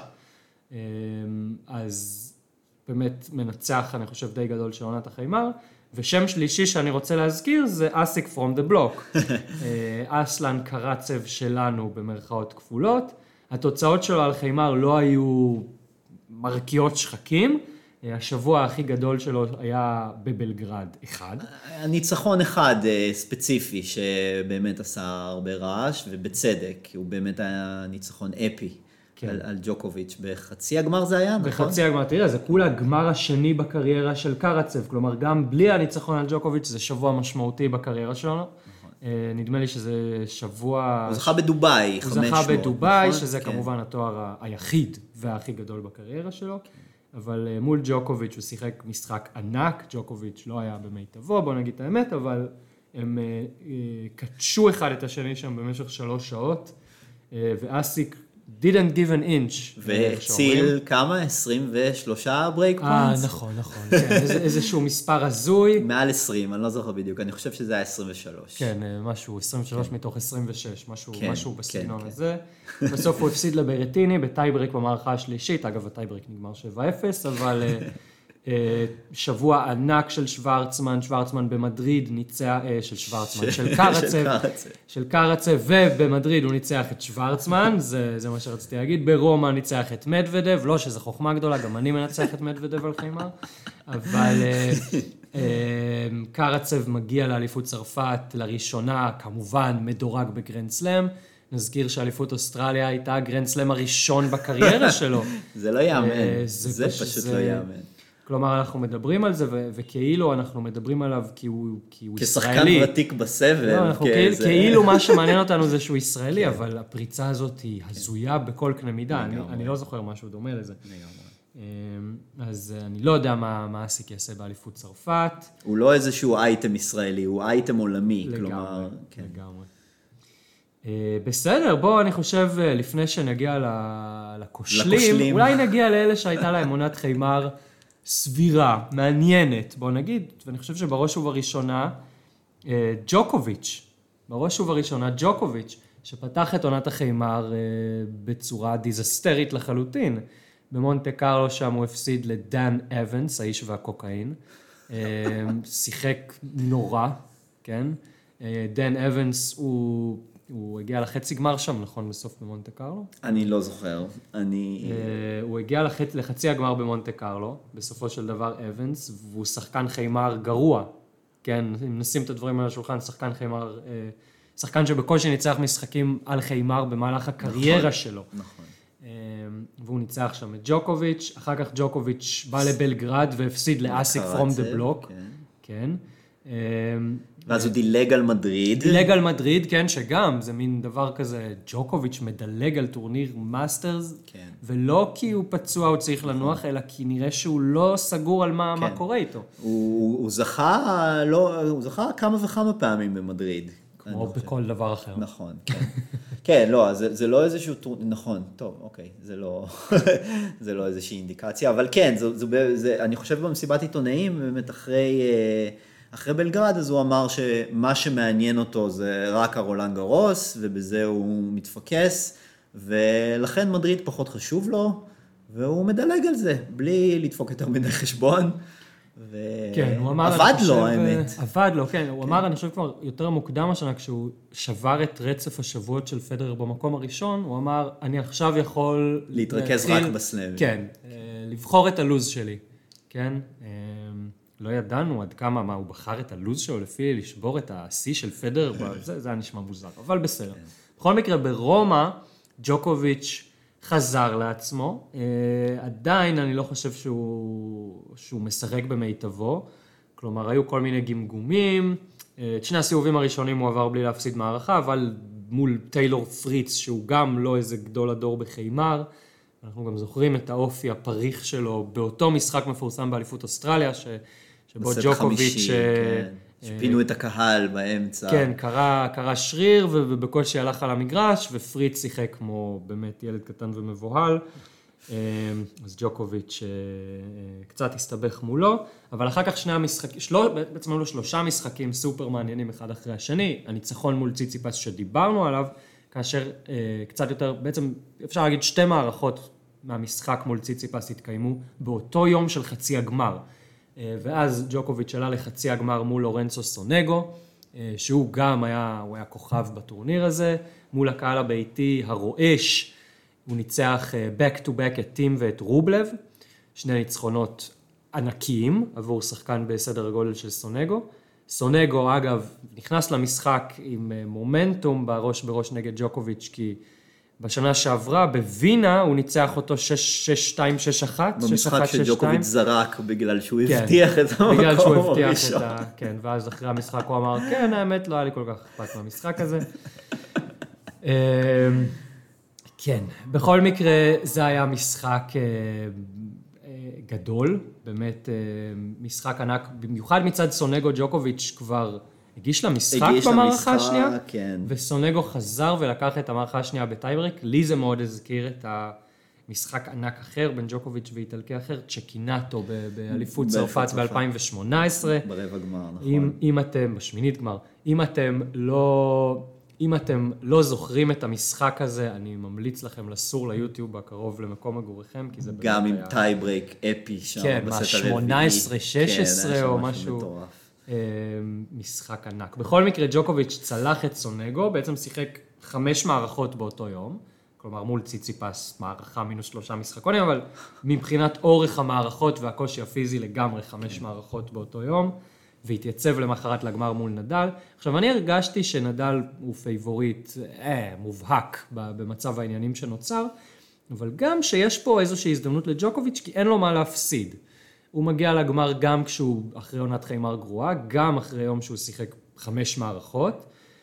אז באמת מנצח, אני חושב, די גדול של עונת החיימר. ושם שלישי שאני רוצה להזכיר זה אסיק פרום דה בלוק. אסלן קרצב שלנו במרכאות כפולות. התוצאות שלו על חיימר לא היו מרקיעות שחקים. השבוע הכי גדול שלו היה בבלגרד 1. הניצחון אחד ספציפי שבאמת עשה הרבה רעש, ובצדק, כי הוא באמת היה ניצחון אפי על ג'וקוביץ'. בחצי הגמר זה היה, נכון? בחצי הגמר, תראה, זה כולה הגמר השני בקריירה של קרצב, כלומר גם בלי הניצחון על ג'וקוביץ' זה שבוע משמעותי בקריירה שלנו. נדמה לי שזה שבוע... הוא זכה בדוביי, 500. הוא זכה בדוביי, שזה כמובן התואר היחיד והכי גדול בקריירה שלו. אבל מול ג'וקוביץ' הוא שיחק משחק ענק, ג'וקוביץ' לא היה במיטבו, בוא נגיד את האמת, אבל הם קדשו אחד את השני שם במשך 3 שעות, ואסיק didn't give an inch. והציל כמה? 23 ברייק פוינטס? נכון, כן, איזשהו מספר הזוי. מעל 20, אני לא זוכר בדיוק, אני חושב שזה היה 23. כן, משהו, 23 מתוך 26, משהו בסגנון הזה. בסוף הוא הפסיד לברטיני בטייברק במערכה השלישית, אגב הטייברק נגמר 7-0, אבל שבוע ענק של שוורצמן במדריד ניצח, של קרצב, ובמדריד הוא ניצח את שוורצמן, זה מה שרציתי להגיד, ברומא ניצח את מדוודב, לא שזה חוכמה גדולה, גם אני מנצח את מדוודב על חיימר, אבל קרצב מגיע לאליפות צרפת לראשונה, כמובן מדורג בגרנד סלאם, נזכיר שאליפות אוסטרליה הייתה הגרנד סלאם הראשון בקריירה שלו. זה לא יאמן, זה פשוט לא יאמן. כלומר, אנחנו מדברים על זה, וכאילו אנחנו מדברים עליו כי הוא ישראלי. כשחקן ותיק בסבב. לא, כאילו מה שמעניין אותנו זה שהוא ישראלי, אבל הפריצה הזאת היא הזויה בכל קנה מידה. אני לא זוכר משהו דומה לזה. אז אני לא יודע מה אסיק יעשה באליפות צרפת. הוא לא איזשהו אייטם ישראלי, הוא אייטם עולמי. לגמרי. בסדר, בוא, אני חושב, לפני שנגיע לכושלים, אולי נגיע לאלה שהייתה להם עונת חיימר סבירה, מעניינת, בוא נגיד, ואני חושב שבראש ובראשונה, ג'וקוביץ', בראש ובראשונה ג'וקוביץ', שפתח את עונת החיימר בצורה דיזסטרית לחלוטין. במונטה קרלו שם הוא הפסיד לדן אבנס, האיש והקוקאין. שיחק נורא, כן? דן אבנס הוא הגיע לחצי גמר שם, נכון, בסוף במונטה קרלו? אני לא זוכר. הוא הגיע לחצי הגמר במונטה קרלו, בסופו של דבר אבנס, והוא שחקן חיימר גרוע. כן, אם נשים את הדברים על השולחן, שחקן חיימר, שחקן שבקושי ניצח משחקים על חיימר במהלך הקריירה שלו. נכון. והוא ניצח שם את ג'וקוביץ', אחר כך ג'וקוביץ' בא לבלגרד והפסיד לאסיק פרום דה בלוק. כן. ואז הוא דילג על מדריד. דילג על מדריד, כן, שגם זה מין דבר כזה, ג'וקוביץ' מדלג על טורניר מאסטרס, כן. ולא כי הוא פצוע, הוא צריך לנוח, אלא כי נראה שהוא לא סגור על מה קורה איתו. הוא זכה כמה וכמה פעמים במדריד. כמו בכל דבר אחר. נכון, כן. כן, לא, זה לא איזשהו נכון, טוב, אוקיי, זה לא איזושהי אינדיקציה, אבל כן, אני חושב במסיבת עיתונאים, באמת אחרי בלגרד, אז הוא אמר שמה שמעניין אותו זה רק הרולנד גרוס, ובזה הוא מתפקס, ולכן מדריד פחות חשוב לו, והוא מדלג על זה, בלי לדפוק יותר מדי חשבון. כן, הוא אמר, עבד לו, האמת. עבד לו, כן. הוא אמר, אני חושב כבר יותר מוקדם השנה, כשהוא שבר את רצף השבועות של פדרר במקום הראשון, הוא אמר, אני עכשיו יכול להתרכז רק בסלאם. כן, לבחור את הלוז שלי. כן, לא ידענו עד כמה, מה, הוא בחר את הלוז שלו לפי לשבור את השיא של פדרר, זה היה נשמע מוזר, אבל בסדר. בכל מקרה, ברומא, ג'וקוביץ' חזר לעצמו, עדיין אני לא חושב שהוא משחק במיטבו, כלומר היו כל מיני גמגומים, את שני הסיבובים הראשונים הוא עבר בלי להפסיד מערכה, אבל מול טיילור פריץ שהוא גם לא איזה גדול הדור בחיימר, אנחנו גם זוכרים את האופי הפריך שלו באותו משחק מפורסם באליפות אוסטרליה, שבו ג'וקוביץ' שפינו את הקהל באמצע. כן, קרה שריר ובקושי הלך על המגרש, ופריץ שיחק כמו באמת ילד קטן ומבוהל. אז ג'וקוביץ' קצת הסתבך מולו, אבל אחר כך שני המשחקים, בעצם היו לו 3 משחקים סופר מעניינים אחד אחרי השני, הניצחון מול ציציפס שדיברנו עליו, כאשר קצת יותר, בעצם אפשר להגיד 2 מערכות מהמשחק מול ציציפס התקיימו באותו יום של חצי הגמר. ואז ג'וקוביץ' עלה לחצי הגמר מול לורנצו סונגו, שהוא גם היה כוכב בטורניר הזה, מול הקהל הביתי הרועש, הוא ניצח back to back את טים ואת רובלב, 2 ניצחונות ענקיים עבור שחקן בסדר הגודל של סונגו. סונגו אגב נכנס למשחק עם מומנטום בראש נגד ג'וקוביץ', כי בשנה שעברה בווינה הוא ניצח אותו 6-2, 6-1. במשחק שג'וקוביץ' זרק בגלל שהוא הבטיח את המקום בגלל שהוא הבטיח את כן, ואז אחרי המשחק הוא אמר, כן, האמת לא היה לי כל כך אכפת מהמשחק הזה. כן, בכל מקרה זה היה משחק גדול, באמת משחק ענק, במיוחד מצד סונגו. ג'וקוביץ' כבר הגיש למשחק במערכה השנייה, כן. וסונגו חזר ולקח את המערכה השנייה בטייברק. לי זה מאוד הזכיר את המשחק ענק אחר בין ג'וקוביץ' ואיטלקי אחר, צ'קינטו באליפות צרפת ב-2018. ברבע גמר, נכון. אם אתם, בשמינית גמר, אם אתם לא זוכרים את המשחק הזה, אני ממליץ לכם לסור ליוטיוב הקרוב למקום מגוריכם, כי זה גם עם טייברק אפי שם, כן, בסט הרביעי. 18-16 או משהו. משחק ענק. בכל מקרה, ג'וקוביץ' צלח את סונגו, בעצם שיחק 5 מערכות באותו יום, כלומר מול ציציפס, מערכה -3 משחקונים, אבל מבחינת אורך המערכות והקושי הפיזי לגמרי 5 מערכות באותו יום, והתייצב למחרת לגמר מול נדל. עכשיו, אני הרגשתי שנדל הוא פייבוריט מובהק במצב העניינים שנוצר, אבל גם שיש פה איזושהי הזדמנות לג'וקוביץ', כי אין לו מה להפסיד. הוא מגיע לגמר גם כשהוא אחרי עונת חיימר גרועה, גם אחרי יום שהוא שיחק 5 מערכות,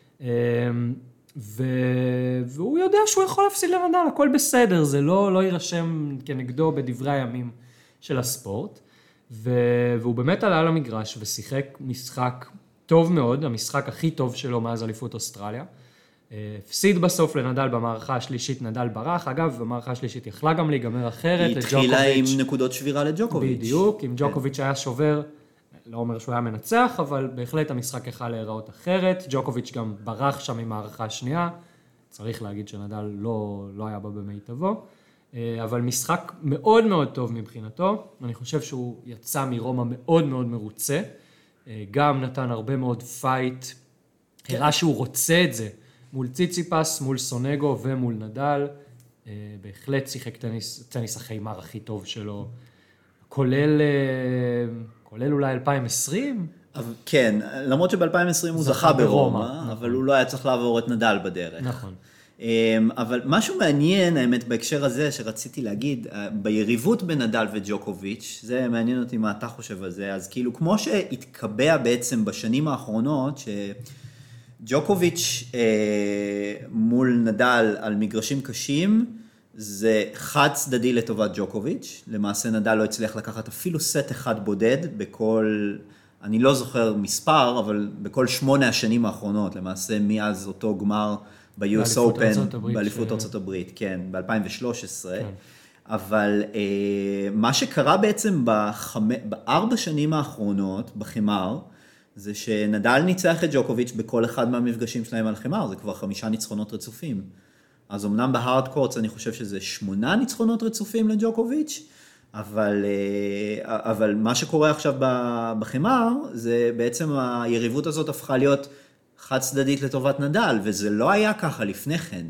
והוא יודע שהוא יכול להפסיד לנדל, הכל בסדר, זה לא יירשם כנגדו בדברי הימים של הספורט, והוא באמת עלה למגרש ושיחק משחק טוב מאוד, המשחק הכי טוב שלו מאז אליפות אוסטרליה. הפסיד בסוף לנדל במערכה השלישית, נדל ברח, אגב, במערכה השלישית יכלה גם להיגמר אחרת. היא התחילה עם נקודות שבירה לג'וקוביץ'. בדיוק, אם ג'וקוביץ' היה שובר, לא אומר שהוא היה מנצח, אבל בהחלט המשחק יכל להיראות אחרת. ג'וקוביץ' גם ברח שם עם הערכה השנייה. צריך להגיד שנדל לא היה בה במיטבו. אבל משחק מאוד מאוד טוב מבחינתו. אני חושב שהוא יצא מרומא מאוד מאוד מרוצה. גם נתן הרבה מאוד פייט. הראה שהוא רוצה את זה. מול ציציפס, מול סונגו ומול נדל. בהחלט שיחק טניס החיימר הכי טוב שלו. כולל אולי 2020? כן, למרות שב-2020 הוא זכה ברומא, אבל הוא לא היה צריך לעבור את נדל בדרך. נכון. אבל משהו מעניין, האמת, בהקשר הזה שרציתי להגיד, ביריבות בין נדל וג'וקוביץ', זה מעניין אותי מה אתה חושב על זה, אז כאילו כמו שהתקבע בעצם בשנים האחרונות, שג'וקוביץ' מול נדל על מגרשים קשים, זה חד צדדי לטובת ג'וקוביץ', למעשה נדל לא הצליח לקחת אפילו סט אחד בודד בכל, אני לא זוכר מספר, אבל בכל 8 השנים האחרונות, למעשה מאז אותו גמר ב-US Open, באליפות ארצות הברית, כן, ב-2013, כן. אבל מה שקרה בעצם ב4 שנים האחרונות בחמר, זה שנדל ניצח את ג'וקוביץ' בכל אחד מהמפגשים שלהם על חמר, זה כבר 5 ניצחונות רצופים. אז אמנם בהארד קורטס אני חושב שזה 8 ניצחונות רצופים לג'וקוביץ', אבל מה שקורה עכשיו בחמר, זה בעצם היריבות הזאת הפכה להיות חד צדדית לטובת נדל, וזה לא היה ככה לפני כן.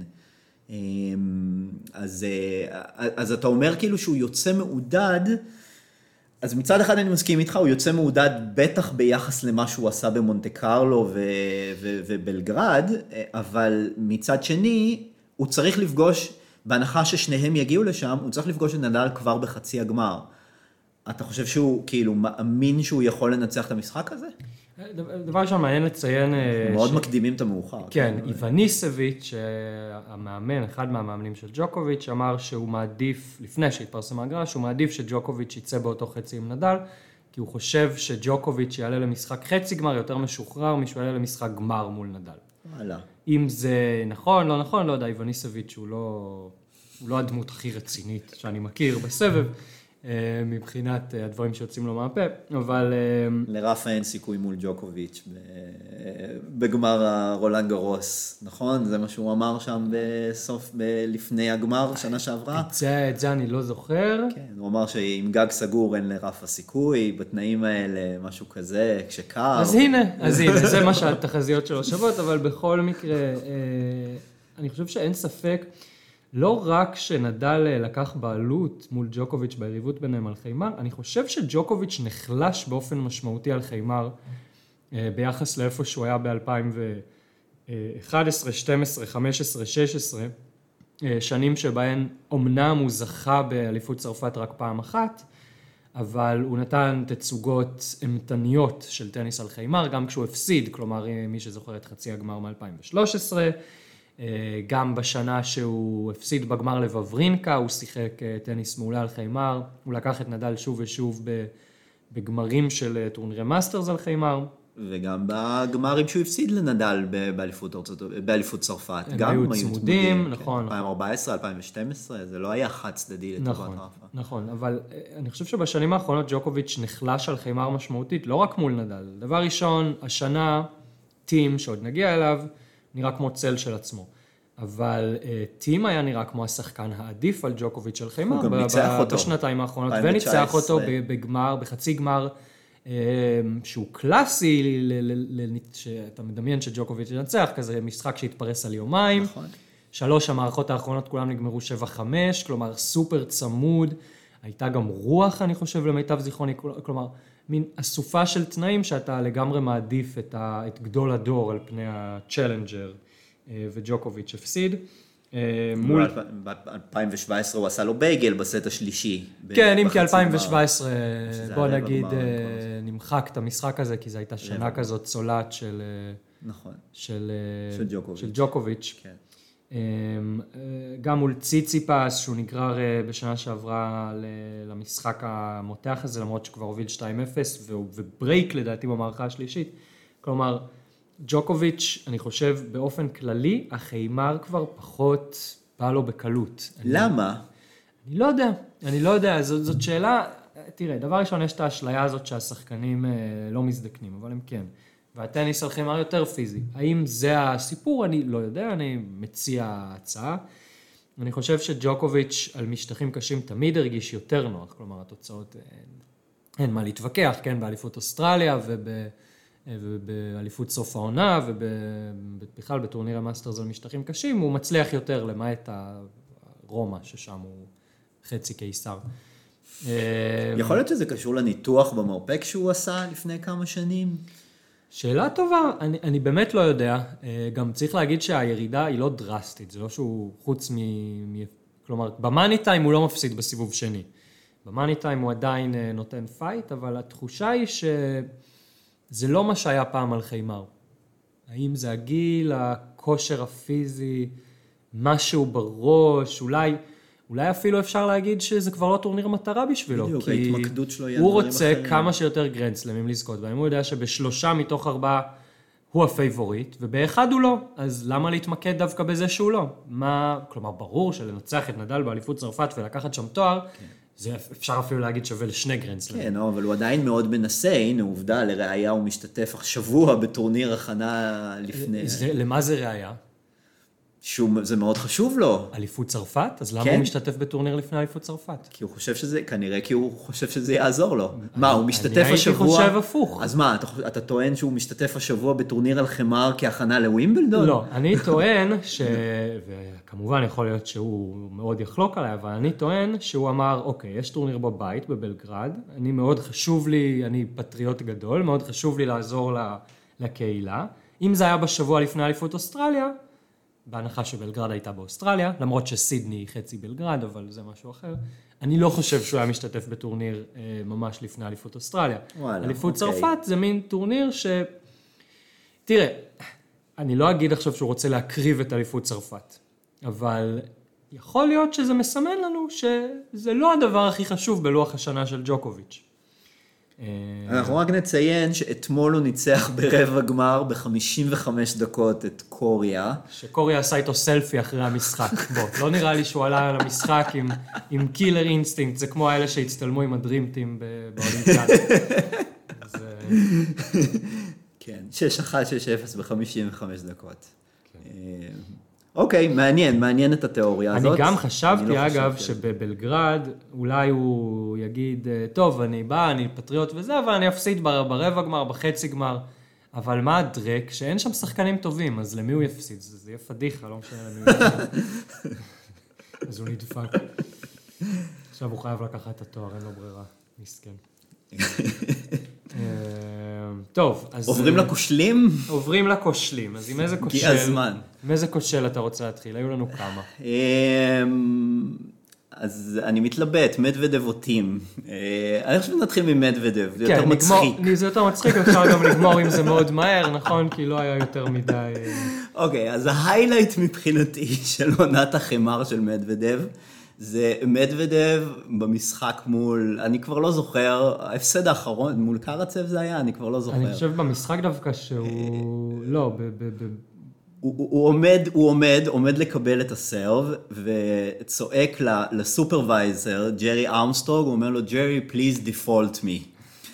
אז אתה אומר כאילו שהוא יוצא מעודד, אז מצד אחד אני מסכים איתך, הוא יוצא מעודד בטח ביחס למה שהוא עשה במונטה קרלו ובלגרד, אבל מצד שני, הוא צריך לפגוש, בהנחה ששניהם יגיעו לשם, הוא צריך לפגוש את נדל כבר בחצי הגמר. אתה חושב שהוא כאילו מאמין שהוא יכול לנצח את המשחק הזה? דבר ראשון מעניין לציין... מאוד מקדימים את המאוחר. כן, איווניסביץ', המאמן, אחד מהמאמנים של ג'וקוביץ', אמר שהוא מעדיף, לפני שהתפרסם ההגרלה, שהוא מעדיף שג'וקוביץ' יצא באותו חצי עם נדל, כי הוא חושב שג'וקוביץ' יעלה למשחק חצי גמר יותר משוחרר, משהו יעלה למשחק גמר מול נדל. וואלה. אם זה נכון, לא נכון, לא יודע, איווניסביץ' הוא לא הדמות הכי רצינית שאני מכיר בסבב, מבחינת הדברים שיוצאים לו מהפה, אבל... לרפה אין סיכוי מול ג'וקוביץ' בגמר הרולנד גרוס, נכון? זה מה שהוא אמר שם לפני הגמר, שנה שעברה? את זה אני לא זוכר. כן, הוא אמר שעם גג סגור אין לרפה סיכוי, בתנאים האלה משהו כזה, כשקר. אז הנה, זה מה שהתחזיות שלו שוות, אבל בכל מקרה, אני חושב שאין ספק, לא רק שנדל לקח בעלות מול ג'וקוביץ' ביריבות ביניהם על חיימר, אני חושב שג'וקוביץ' נחלש באופן משמעותי על חיימר, ביחס לאיפה שהוא היה ב-2011, 12, 15, 16, שנים שבהן אומנם הוא זכה באליפות צרפת רק פעם אחת, אבל הוא נתן תצוגות אמתניות של טניס על חיימר, גם כשהוא הפסיד, כלומר מי שזוכר את חצי הגמר מ-2013, גם בשנה שהוא הפסיד בגמר לבברינקה, הוא שיחק טניס מעולה על חיימר, הוא לקח את נדל שוב ושוב בגמרים של טורנירי מאסטרס על חיימר. וגם בגמרים שהוא הפסיד לנדל באליפות צרפת, גם היו צמודים, נכון. 2014, 2012, זה לא היה חד צדדי לטובת רפה. נכון, אבל אני חושב שבשנים האחרונות ג'וקוביץ' נחלש על חיימר משמעותית, לא רק מול נדל. דבר ראשון, השנה, טים שעוד נגיע אליו, נראה כמו צל של עצמו. אבל טים היה נראה כמו השחקן העדיף על ג'וקוביץ' על חיימר. הוא גם ניצח אותו. בשנתיים האחרונות, וניצח אותו בגמר, בחצי גמר, שהוא קלאסי, שאתה מדמיין שג'וקוביץ' ינצח, כזה משחק שהתפרס על יומיים. נכון. 3 המערכות האחרונות כולם נגמרו 7-5, כלומר סופר צמוד. הייתה גם רוח, אני חושב, למיטב זיכרוני, כלומר, מין אסופה של תנאים שאתה לגמרי מעדיף את גדול הדור על פני הצ'לנג'ר, וג'וקוביץ' הפסיד. ב-2017 הוא עשה לו בייגל בסט השלישי. כן, אם כי 2017, בוא נגיד, נמחק את המשחק הזה, כי זו הייתה שנה כזאת צולת של ג'וקוביץ'. גם מול ציציפס, שהוא נגרר בשנה שעברה למשחק המותח הזה, למרות שכבר הוביל 2-0, וברייק לדעתי במערכה השלישית. כלומר, ג'וקוביץ', אני חושב, באופן כללי, החיימר כבר פחות בא לו בקלות. למה? אני לא יודע, זאת שאלה, תראה, דבר ראשון, יש את האשליה הזאת שהשחקנים לא מזדקנים, אבל הם כן. והטניס על חמר יותר פיזי. האם זה הסיפור? אני לא יודע, אני מציע הצעה. אני חושב שג'וקוביץ' על משטחים קשים תמיד הרגיש יותר נוח, כלומר, התוצאות אין מה להתווכח, כן, באליפות אוסטרליה ובאליפות סוף העונה, ובכלל בטורניר המאסטרס על משטחים קשים, הוא מצליח יותר למעט הרומא, ששם הוא חצי קיסר. יכול להיות שזה קשור לניתוח במרפק שהוא עשה לפני כמה שנים? שאלה טובה, אני באמת לא יודע. גם צריך להגיד שהירידה היא לא דרסטית, זה לא שהוא חוץ כלומר, במאני טיים הוא לא מפסיד בסיבוב שני. במאני טיים הוא עדיין נותן פייט, אבל התחושה היא שזה לא מה שהיה פעם על חיימר. האם זה הגיל, הכושר הפיזי, משהו בראש, אולי אפילו אפשר להגיד שזה כבר לא טורניר מטרה בשבילו. בדיוק, ההתמקדות שלו הוא רוצה כמה שיותר גרנדסלמים לזכות, והאם הוא יודע שבשלושה מתוך 4 הוא הפייבוריט, ובאחד הוא לא, אז למה להתמקד דווקא בזה שהוא לא? כלומר, ברור שלנצח את נדל באליפות צרפת ולקחת שם תואר, זה אפשר אפילו להגיד שווה לשני גרנדסלמים. כן, אבל הוא עדיין מאוד מנסה, הנה עובדה, לראיה הוא משתתף שבוע בטורניר הכנה לפני... למה זה ראיה? זה מאוד חשוב לו. אליפות צרפת? אז למה הוא משתתף בטורניר לפני אליפות צרפת? כי הוא חושב שזה, כנראה כי הוא חושב שזה יעזור לו. מה, הוא משתתף השבוע... אני הייתי חושב הפוך. אז מה, אתה טוען שהוא משתתף השבוע בטורניר על חמר כהכנה לווימבלדון? לא, אני טוען וכמובן יכול להיות שהוא מאוד יחלוק עליי, אבל אני טוען שהוא אמר, אוקיי, יש טורניר בבית בבלגרד, אני מאוד חשוב לי, אני פטריוט גדול, מאוד חשוב לי לעזור לקהילה. אם זה היה בשבוע לפני אליפות אוסטרליה, בהנחה שבלגרד הייתה באוסטרליה, למרות שסידני היא חצי בלגרד, אבל זה משהו אחר. אני לא חושב שהוא היה משתתף בטורניר ממש לפני אליפות אוסטרליה. אליפות צרפת זה מין טורניר תראה, אני לא אגיד עכשיו שהוא רוצה להקריב את אליפות צרפת, אבל יכול להיות שזה מסמן לנו שזה לא הדבר הכי חשוב בלוח השנה של ג'וקוביץ'. אנחנו רק נציין שאתמול הוא ניצח ברבע גמר ב-55 דקות את קוריה. שקוריה עשה איתו סלפי אחרי המשחק. בוא, לא נראה לי שהוא עלה על המשחק עם קילר אינסטינקט, זה כמו האלה שהצטלמו עם הדרימטים באולימפיאדה. כן, 6-1, 6-0 ב-55 דקות. אוקיי, מעניין את התיאוריה הזאת. אני גם חשבתי, אגב, שבבלגרד אולי הוא יגיד, טוב, אני בא, אני פטריוט וזה, אבל אני אפסיד ברבע גמר, בחצי גמר. אבל מה הדרק? שאין שם שחקנים טובים, אז למי הוא יפסיד? זה יהיה פדיחה, לא משנה למי הוא יפסיד. אז הוא נדפק. עכשיו הוא חייב לקחת את התואר, אין לו ברירה. מסכן. טוב, אז... עוברים לכושלים? עוברים לכושלים, אז עם איזה כושל... הגיע הזמן. עם איזה כושל אתה רוצה להתחיל? היו לנו כמה. אז אני מתלבט, מדוודב או טים. אני חושב שנתחיל ממדוודב, זה יותר מצחיק. זה יותר מצחיק, אפשר גם לגמור אם זה מאוד מהר, נכון? כי לא היה יותר מדי... אוקיי, אז ההיילייט מבחינתי של עונת החמר של מדוודב, זה מדוודב במשחק מול, אני כבר לא זוכר, ההפסד האחרון, מול קרצב זה היה, אני כבר לא זוכר. אני חושב במשחק דווקא שהוא, לא, הוא עומד לקבל את הסרב, וצועק לסופרוויזר, ג'רי ארמסטרוג, הוא אומר לו, ג'רי, please default me.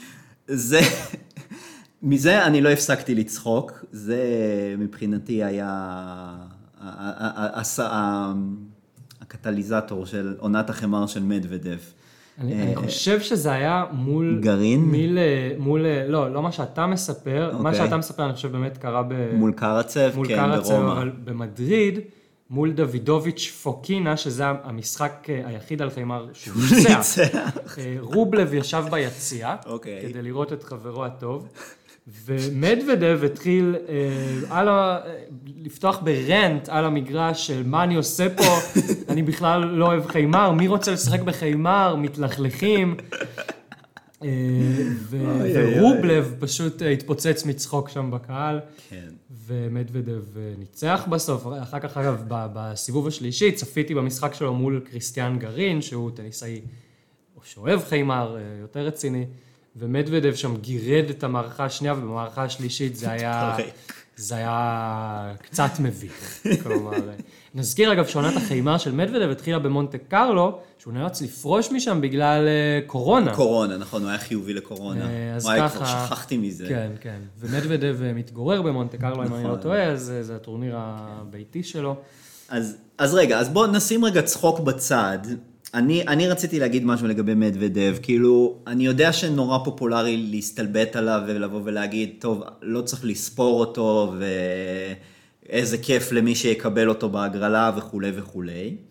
מזה אני לא הפסקתי לצחוק, זה מבחינתי היה הקטליזטור של עונת החמר של מדוודב. אני חושב שזה היה מול... גרעין? לא מה שאתה מספר, מה שאתה מספר אני חושב באמת קרה מול קרצב, כן, ברומא. אבל במדריד, מול דוידוביץ' פוקינה, שזה המשחק היחיד על חמר שהוא ניצח. רובלב ישב ביציאה, כדי לראות את חברו הטוב, ומדוודב התחיל לפתוח ברנט על המגרש של מה אני עושה פה, אני בכלל לא אוהב חיימר, מי רוצה לשחק בחיימר, מתלכלכים, ורובלב פשוט התפוצץ מצחוק שם בקהל, ומדוודב ניצח בסוף. אחר כך אגב בסיבוב השלישי צפיתי במשחק שלו מול קריסטיאן גרין, שהוא טניסאי שאוהב חיימר יותר רציני, ומדוודב שם גירד את המערכה השנייה, ובמערכה השלישית זה זה היה קצת מביך. כלומר, נזכיר אגב שעונת החיימר של מדוודב התחילה במונטה קרלו, שהוא נאלץ לפרוש משם בגלל קורונה. קורונה, נכון, הוא היה חיובי לקורונה. אז וואי, ככה... כבר שכחתי מזה. כן, כן. ומדוודב מתגורר במונטה קרלו, אם אני לא טועה, אז זה הטורניר הביתי שלו. אז רגע, אז בואו נשים רגע צחוק בצד. אני רציתי להגיד משהו לגבי מדוודב, כאילו, אני יודע שנורא פופולרי להסתלבט עליו ולבוא ולהגיד, טוב, לא צריך לספור אותו, ואיזה כיף למי שיקבל אותו בהגרלה וכו' וכו'.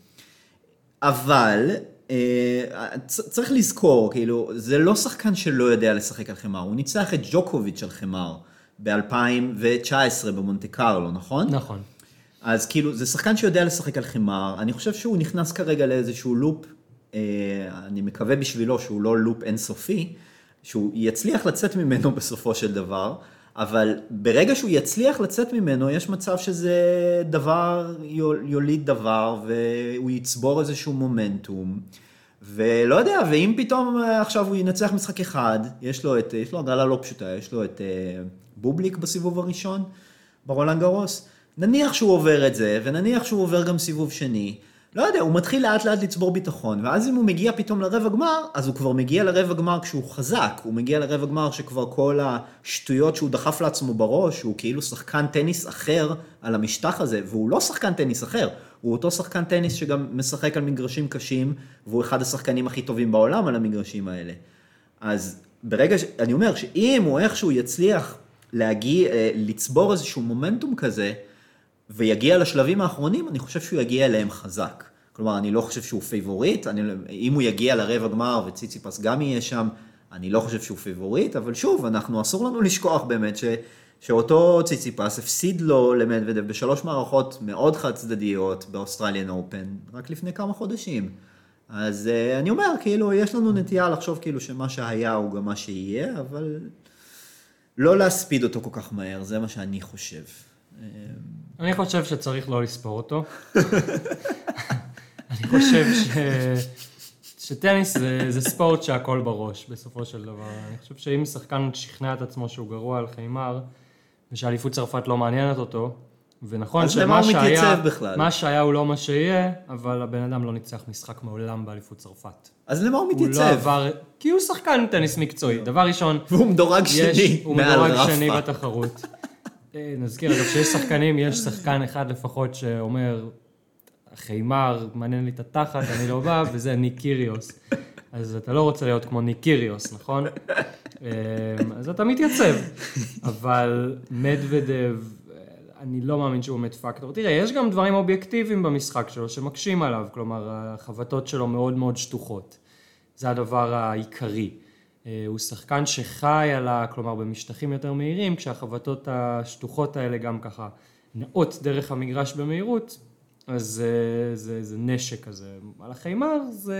אבל צריך לזכור, כאילו, זה לא שחקן שלא יודע לשחק על חמר, הוא ניצח את ג'וקוביץ' על חמר ב-2019 במונטה קרלו, נכון? נכון. אז כאילו, זה שחקן שיודע לשחק על חמר, אני חושב שהוא נכנס כרגע לאיזשהו לופ, אני מקווה בשבילו שהוא לא לופ אינסופי, שהוא יצליח לצאת ממנו בסופו של דבר, אבל ברגע שהוא יצליח לצאת ממנו, יש מצב שזה דבר, יוליד דבר, והוא יצבור איזשהו מומנטום, ולא יודע, ואם פתאום עכשיו הוא ינצח משחק אחד, יש לו הגרלה לא פשוטה, יש לו את בובליק בסיבוב הראשון, ברולאן גארוס, נניח שהוא עובר את זה, ונניח שהוא עובר גם סיבוב שני, לא יודע, הוא מתחיל לאט לאט לצבור ביטחון, ואז אם הוא מגיע פתאום לרבע גמר, אז הוא כבר מגיע לרבע גמר כשהוא חזק, הוא מגיע לרבע גמר שכבר כל השטויות שהוא דחף לעצמו בראש, הוא כאילו שחקן טניס אחר על המשטח הזה, והוא לא שחקן טניס אחר, הוא אותו שחקן טניס שגם משחק על מגרשים קשים, והוא אחד השחקנים הכי טובים בעולם על המגרשים האלה. אז ברגע אני אומר שאם הוא איכשהו יצליח לצבור איזשהו מומנטום כזה, ויגיע לשלבים האחרונים, אני חושב שהוא יגיע אליהם חזק. כלומר, אני לא חושב שהוא פייבוריט, אם הוא יגיע לרבע גמר וציציפס גם יהיה שם, אני לא חושב שהוא פייבוריט, אבל שוב, אסור לנו לשכוח באמת שאותו ציציפס הפסיד לו למדוודב בשלוש מערכות מאוד חד צדדיות באוסטרליאן אופן, רק לפני כמה חודשים. אז אני אומר, כאילו, יש לנו נטייה לחשוב כאילו שמה שהיה הוא גם מה שיהיה, אבל לא להספיד אותו כל כך מהר, זה מה שאני חושב. אני חושב שצריך לא לספור אותו. אני חושב שטניס זה ספורט שהכל בראש, בסופו של דבר. אני חושב שאם שחקן שכנע את עצמו שהוא גרוע על חיימר, ושאליפות צרפת לא מעניינת אותו, ונכון שמה שהיה הוא לא מה שיהיה, אבל הבן אדם לא ניצח משחק מעולם באליפות צרפת. אז למה הוא מתייצב? הוא לא עבר, כי הוא שחקן טניס מקצועי. דבר ראשון, והוא מדורג שני. הוא מדורג שני בתחרות. נזכיר, אגב, שיש שחקנים, יש שחקן אחד לפחות שאומר, חיימר, מעניין לי את התחת, אני לא בא, וזה ניק קיריוס. אז אתה לא רוצה להיות כמו ניק קיריוס, נכון? אז אתה מתייצב. אבל מדוודב, אני לא מאמין שהוא באמת פקטור. תראה, יש גם דברים אובייקטיביים במשחק שלו שמקשים עליו, כלומר, החבטות שלו מאוד מאוד שטוחות. זה הדבר העיקרי. הוא שחקן שחי כלומר במשטחים יותר מהירים, כשהחבטות השטוחות האלה גם ככה נעות דרך המגרש במהירות, אז זה נשק כזה. על החיימר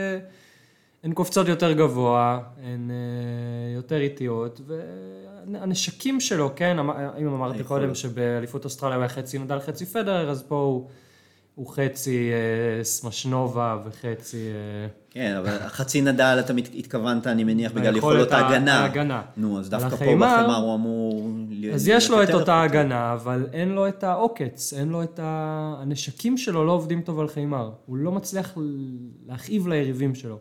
הן קופצות יותר גבוה, הן יותר איטיות, והנשקים שלו, כן, אם אמרתי קודם שבאליפות אוסטרליה הוא היה חצי נדל, חצי פדרר, אז פה הוא חצי סמשנובה וחצי... כן, אבל חצי נדל אתה התכוונת, אני מניח, בגלל יכולות ההגנה. נו, אז דווקא פה בחמר הוא אמור... אז יש לו את אותה הגנה, אבל אין לו את העוקץ, אין לו את הנשקים שלו, לא עובדים טוב על חיימר. הוא לא מצליח להכאיב ליריבים שלו.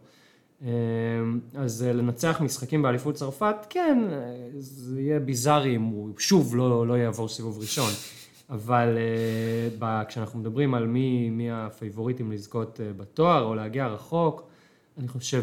אז לנצח משחקים באליפות צרפת, כן, זה יהיה ביזארי אם הוא שוב לא יעבור סיבוב ראשון. אבל כשאנחנו מדברים על מי הפייבוריטים לזכות בתואר או להגיע רחוק, אני חושב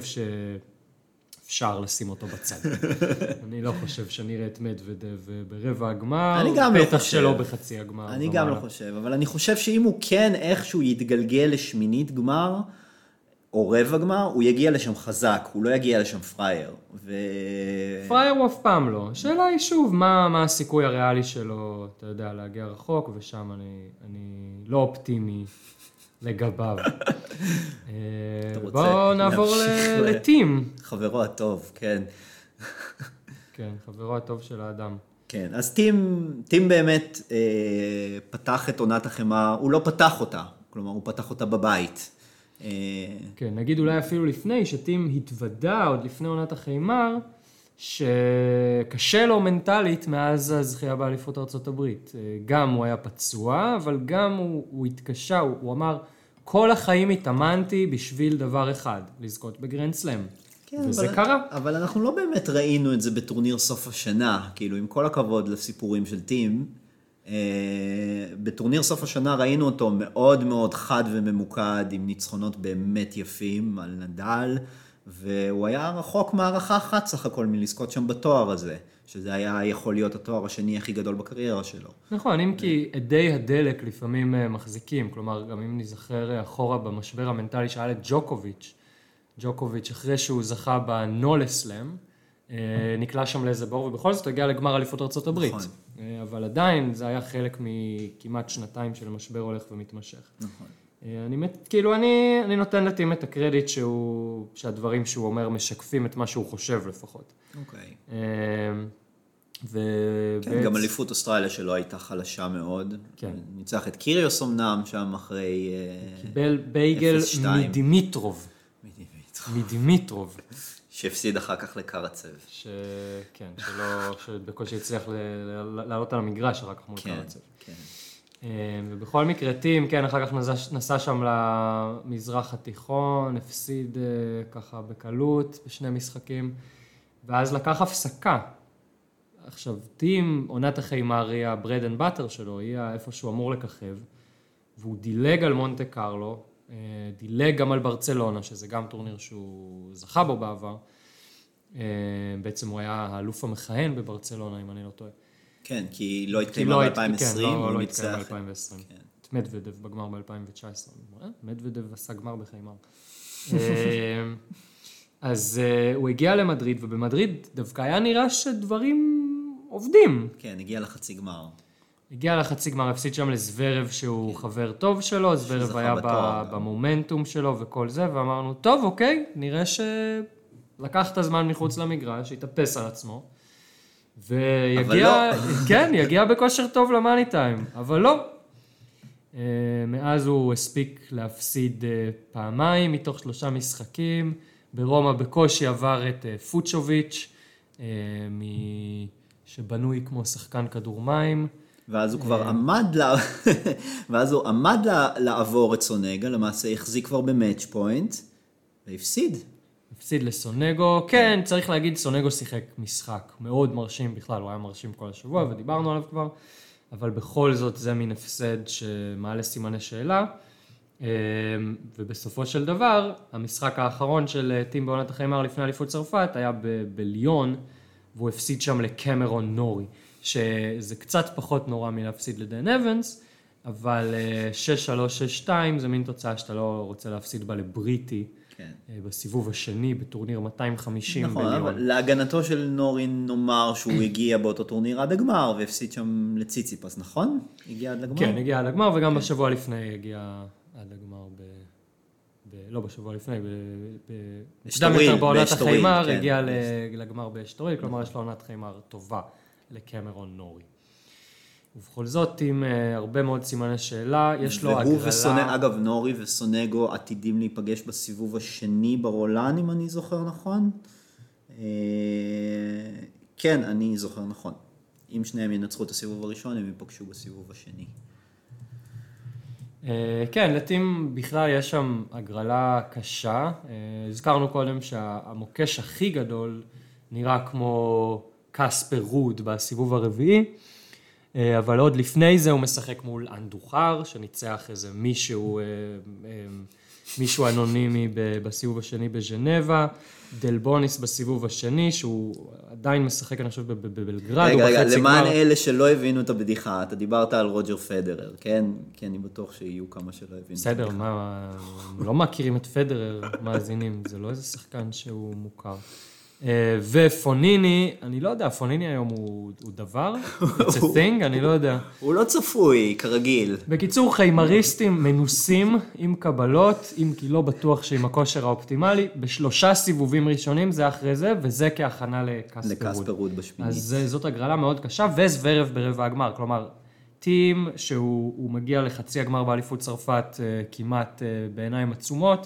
שאפשר לשים אותו בצד. אני לא חושב שנראה את מדוודב ברבע הגמר, בטח שלא בחצי הגמר. אני גם לא חושב, אבל אני חושב שאם הוא כן איכשהו יתגלגל לשמינית גמר, או רבע גמר, הוא יגיע לשם חזק, הוא לא יגיע לשם פרייר. פרייר הוא אף פעם לא. השאלה היא שוב, מה הסיכוי הריאלי שלו, אתה יודע, להגיע רחוק, ושם אני לא אופטימי לגביו. בואו נעבור לטים. חברו הטוב, כן. כן, חברו הטוב של האדם. כן, אז טים באמת פתח את עונת החמר, הוא לא פתח אותה, כלומר הוא פתח אותה בבית. כן, נגיד אולי אפילו לפני שטים התוודע עוד לפני עונת החיימר, שקשה לו מנטלית מאז הזכייה באליפות ארצות הברית. גם הוא היה פצוע, אבל גם הוא התקשה, הוא אמר, כל החיים התאמנתי בשביל דבר אחד, לזכות בגרנד סלאם. כן, וזה קרה. אבל אנחנו לא באמת ראינו את זה בטורניר סוף השנה, כאילו עם כל הכבוד לסיפורים של טים, בטורניר סוף השנה ראינו אותו מאוד מאוד חד וממוקד, עם ניצחונות באמת יפים על נדל, והוא היה רחוק מערכה אחת סך הכל מלזכות שם בתואר הזה, שזה היה יכול להיות התואר השני הכי גדול בקריירה שלו. נכון, אם כי עדי הדלק לפעמים מחזיקים, כלומר גם אם נזכר אחורה במשבר המנטלי שהיה ג'וקוביץ' אחרי שהוא זכה בנולסלאם, נקלע שם לאיזה בור, ובכל זאת הגיע לגמר אליפות ארצות הברית. נכון. אבל עדיין זה היה חלק מכמעט שנתיים של משבר הולך ומתמשך. נכון. אני נותן לטים את הקרדיט שהדברים שהוא אומר משקפים את מה שהוא חושב לפחות. אוקיי. כן, גם אליפות אוסטרליה שלו הייתה חלשה מאוד. כן. ניצח את קיריוס אמנם שם אחרי... קיבל בייגל מדימיטרוב. שהפסיד אחר כך לקרצב. כן, שבקושי הצליח לעלות על המגרש אחר כך מול קרצב. כן. ובכל מקרה טים, כן, אחר כך נסע שם למזרח התיכון, הפסיד ככה בקלות בשני משחקים, ואז לקח הפסקה. עכשיו, טים, עונת החיימר היא הברד אנד באטר שלו, היא איפה שהוא אמור לככב, והוא דילג על מונטה קרלו, דילג גם על ברצלונה, שזה גם טורניר שהוא זכה בו בעבר. בעצם הוא היה האלוף המכהן בברצלונה, אם אני לא טועה. כן, כי לא התקיימה ב-2020. לא התקיימה ב-2020. את מדוודב בגמר ב-2019. מדוודב עשה גמר בחיימר. אז הוא הגיע למדריד, ובמדריד דווקא היה נראה שדברים עובדים. כן, הגיע לחצי גמר. הגיע לחצי גמר, הפסיד שם לזוורב שהוא חבר טוב שלו, זוורב היה במומנטום שלו וכל זה, ואמרנו, טוב, אוקיי, נראה שלקח את הזמן מחוץ למגרש, התאפס על עצמו, ויגיע, כן, יגיע בכושר טוב למאני טיים, אבל לא. מאז הוא הספיק להפסיד פעמיים מתוך 3 משחקים, ברומא בקושי עבר את פוצ'וביץ', שבנוי כמו שחקן כדור מים, ואז הוא כבר עמד לעבור את סונגה, למעשה החזיק כבר במאץ' פוינט, והפסיד. הפסיד לסונגו, כן, צריך להגיד, סונגו שיחק משחק מאוד מרשים בכלל, הוא היה מרשים כל השבוע, ודיברנו עליו כבר, אבל בכל זאת זה מין הפסד שמעלה סימני שאלה, ובסופו של דבר, המשחק האחרון של טים בעונת החיימר לפני אליפות צרפת, היה בליון, והוא הפסיד שם לקמרון נורי. שזה קצת פחות נורא מלהפסיד לדן אבנס, אבל 6-3, 6-2 זה מין תוצאה שאתה לא רוצה להפסיד בה לבריטי, כן. בסיבוב השני, בטורניר 250 נכון, בליון. אבל להגנתו של נורין נאמר שהוא הגיע באותו טורניר עד הגמר, והפסיד שם לציציפס, נכון? הגיע עד לגמר? כן, הגיע עד הגמר, וגם בשבוע לפני הגיע עד הגמר לא בשבוע לפני, באשתוריל, בעונת החיימר, הגיע לגמר באשתוריל, כלומר יש לו עונת חיימר טובה. לקמרון נורי. ובכל זאת, עם הרבה מאוד סימני שאלה, יש לו הגרלה... אגב, נורי וסונגו עתידים להיפגש בסיבוב השני ברולן, אם אני זוכר נכון. כן, אני זוכר נכון. אם שניהם ינצחו את הסיבוב הראשון, הם ייפגשו בסיבוב השני. כן, לטים בכלל יש שם הגרלה קשה. הזכרנו קודם שהמוקש הכי גדול נראה כמו... קספר רוד בסיבוב הרביעי, אבל עוד לפני זה הוא משחק מול אנדוחר, שניצח איזה מישהו אנונימי בסיבוב השני בז'נבה, דלבוניס בסיבוב השני, שהוא עדיין משחק, אני חושב, בבלגרד. רגע, למען אלה שלא הבינו את הבדיחה, אתה דיברת על רוג'ר פדרר, כן? כי אני בטוח שיהיו כמה שלא הבינו. בסדר, לא מכירים את פדרר, מאזינים, זה לא איזה שחקן שהוא מוכר. ופוניני, אני לא יודע, פוניני היום הוא דבר? It's a thing? אני לא יודע. הוא לא צפוי, כרגיל. בקיצור, חיימריסטים מנוסים עם קבלות, אם כי לא בטוח שעם הכושר האופטימלי, ב3 סיבובים ראשונים זה אחרי זה, וזה כהכנה לקספר רוד בשמינית. אז זאת הגרלה מאוד קשה, וזוורב ברבע הגמר, כלומר, טים שהוא מגיע לחצי הגמר באליפות צרפת כמעט בעיניים עצומות,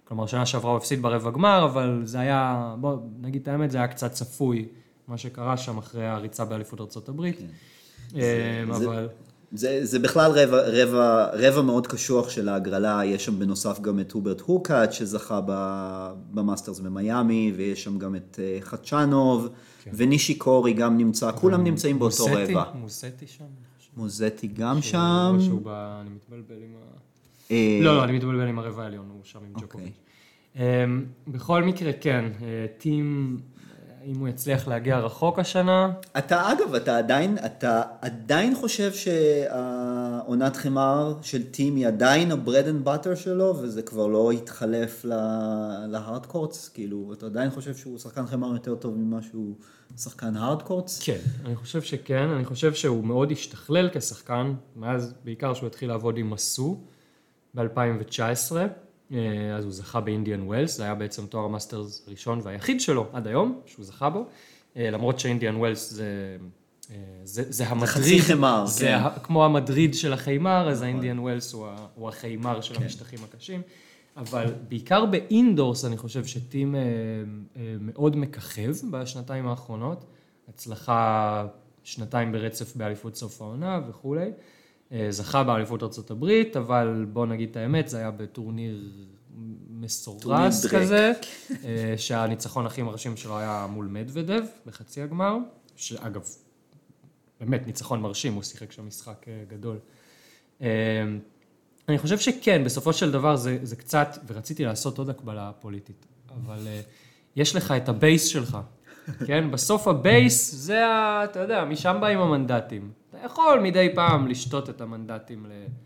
כלומר, שנה שעברה הוא הפסיד ברבע גמר, אבל זה היה, בוא נגיד את האמת, זה היה קצת צפוי, מה שקרה שם אחרי הריצה באליפות ארצות הברית. אבל... זה בכלל רבע מאוד קשוח של ההגרלה, יש שם בנוסף גם את הוברט הוקאץ' שזכה במאסטרס במיימי, ויש שם גם את חדשנוב, ונישיקורי גם נמצא, כולם נמצאים באותו רבע. מוזטי שם? מוזטי גם שם. אני מתבלבל עם לא, אני מתבלבל עם הרבע העליון, הוא שם עם ג'וקוביץ'. בכל מקרה, כן, טים... אם הוא יצליח להגיע רחוק השנה. אגב, אתה עדיין חושב שהעונת חמר של טים היא עדיין הברד אנד באטר שלו, וזה כבר לא יתחלף להארדקורטס? כאילו, אתה עדיין חושב שהוא שחקן חמר יותר טוב ממה שהוא שחקן הארדקורטס? כן, אני חושב שכן. אני חושב שהוא מאוד השתכלל כשחקן, מאז בעיקר שהוא התחיל לעבוד עם מסו ב-2019. אז הוא זכה באינדיאן ווילס, זה היה בעצם תואר המאסטרס הראשון והיחיד שלו עד היום, שהוא זכה בו, למרות שאינדיאן ווילס זה המדריד, חצי חמר, זה כן. כמו המדריד של החיימר, אז האינדיאן ווילס הוא החיימר של כן. המשטחים הקשים, אבל בעיקר באינדורס אני חושב שטים מאוד מככב בשנתיים האחרונות, הצלחה שנתיים ברצף באליפות סוף העונה וכו'. זכה באליפות ארצות הברית, אבל בוא נגיד את האמת, זה היה בטורניר מסורס כזה, שהניצחון הכי מרשים שלו היה מול מדוודב בחצי הגמר, שאגב, באמת ניצחון מרשים, הוא שיחק שם משחק גדול. אני חושב שכן, בסופו של דבר זה קצת, ורציתי לעשות עוד הקבלה פוליטית, אבל יש לך את הבייס שלך, כן? בסוף הבייס זה, אתה יודע, משם באים המנדטים. אתה יכול מדי פעם לשתות את המנדטים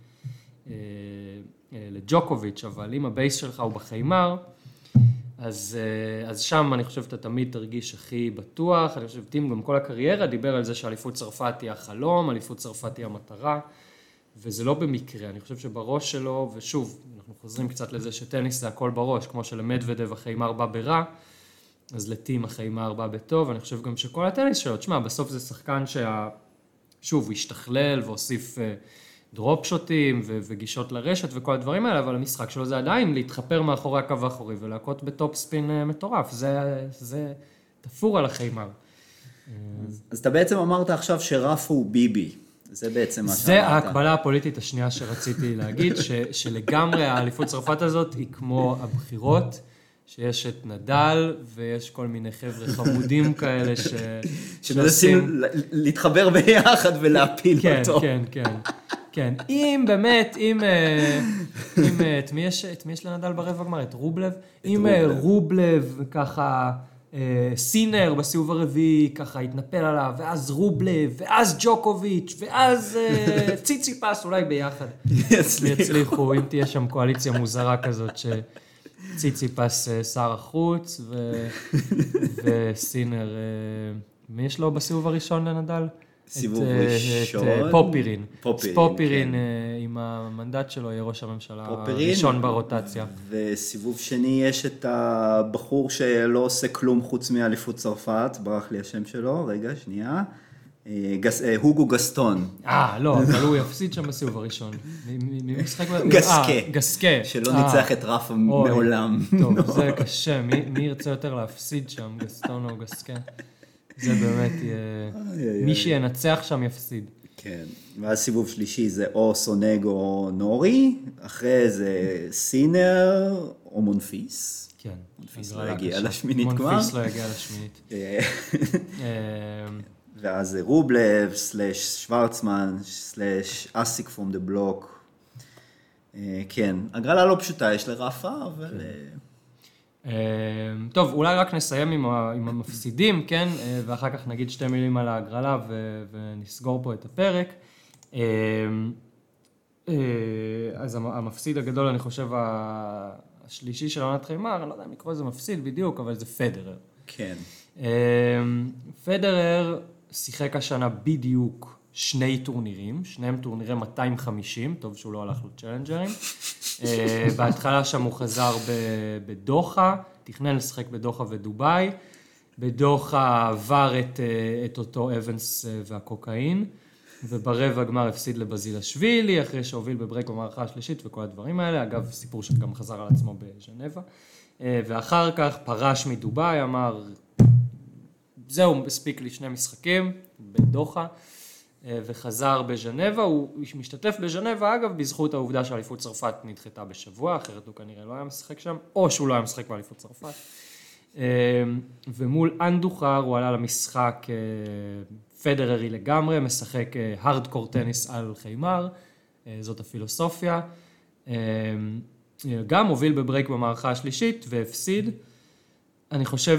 לג'וקוביץ', אבל אם הבייס שלך הוא בחיימר, אז שם אני חושב שאתה תמיד תרגיש הכי בטוח. אני חושב טים גם כל הקריירה דיבר על זה שאליפות צרפת היא החלום, אליפות צרפת היא המטרה, וזה לא במקרה. אני חושב שבראש שלו, ושוב, אנחנו חוזרים קצת לזה שטניס זה הכל בראש, כמו שלמדוודב החיימר בא ברע, אז לטים החיימר בא בטוב. אני חושב גם שכל הטניס שלו, תשמע, בסוף זה שחקן שוב, הוא השתכלל והוסיף דרופ שוטים וגישות לרשת וכל הדברים האלה, אבל המשחק שלו זה עדיין להתחפר מאחורי הקו האחורי ולהכות בטופ ספין מטורף. זה תפור על החיימר. אז אתה בעצם אמרת עכשיו שרף הוא ביבי. זה בעצם מה שאמרת. זה ההקבלה הפוליטית השנייה שרציתי להגיד, שלגמרי האליפות צרפת הזאת היא כמו הבחירות, שיש את נדל, ויש כל מיני חבר'ה חמודים כאלה שמנסים להתחבר ביחד ולהפיל אותו. כן, כן, כן. כן, אם באמת, את מי יש לנדל ברבע גמר? את רובלב? אם רובלב ככה, סינר בסיבוב הרביעי ככה התנפל עליו, ואז רובלב, ואז ג'וקוביץ', ואז ציציפס, אולי ביחד. יצליחו, אם תהיה שם קואליציה מוזרה כזאת ציציפס שר החוץ, וסינר, מי יש לו בסיבוב הראשון לנדל? סיבוב ראשון? את פופירין. פופירין עם המנדט שלו יהיה ראש הממשלה הראשון ברוטציה. וסיבוב שני יש את הבחור שלא עושה כלום חוץ מאליפות צרפת, ברח לי השם שלו, רגע, שנייה. הוגו גסטון. לא, אבל הוא יפסיד שם בסיבוב הראשון. גסקה. שלא ניצח את רפה מעולם. טוב, זה קשה. מי ירצה יותר להפסיד שם, גסטון או גסקה? זה באמת, מי שינצח שם יפסיד. כן, ואז סיבוב שלישי זה או סונג או נורי, אחרי זה סינר או מונפיס. כן. מונפיס לא יגיע לשמינית כבר. מונפיס לא יגיע לשמינית. ואז זה רובלב, סלש שוורצמן, סלש אסיק פרום דה בלוק. כן, הגרלה לא פשוטה, יש לרפה, אבל... טוב, אולי רק נסיים עם המפסידים, כן? ואחר כך נגיד שתי מילים על ההגרלה ונסגור פה את הפרק. אז המפסיד הגדול, אני חושב, השלישי של עונת חיימר, אני לא יודע אם לקרוא לזה מפסיד בדיוק, אבל זה פדרר. כן. פדרר שיחק השנה בדיוק שני טורנירים, שניהם טורנירי 250, טוב שהוא לא הלך לצ'לנג'רים. בהתחלה שם הוא חזר בדוחה, תכנן לשחק בדוחה ודוביי. בדוחה עבר את אותו אבנס והקוקאין, וברבע הגמר הפסיד לבזילשווילי, אחרי שהוביל בברייק במערכה השלישית וכל הדברים האלה. אגב, סיפור שגם חזר על עצמו בז'נבה. ואחר כך פרש מדובאי, אמר, זהו, הספיק לי 2 משחקים בדוחה, וחזר בז'נבה. הוא משתתף בז'נבה, אגב, בזכות העובדה שאליפות צרפת נדחתה בשבוע, אחרת הוא כנראה לא היה משחק שם, או שהוא לא היה משחק באליפות צרפת. ומול אנדוחר הוא עלה למשחק פדררי לגמרי, משחק הארדקור טניס על חיימר, זאת הפילוסופיה. גם הוביל בברייק במערכה השלישית והפסיד. אני חושב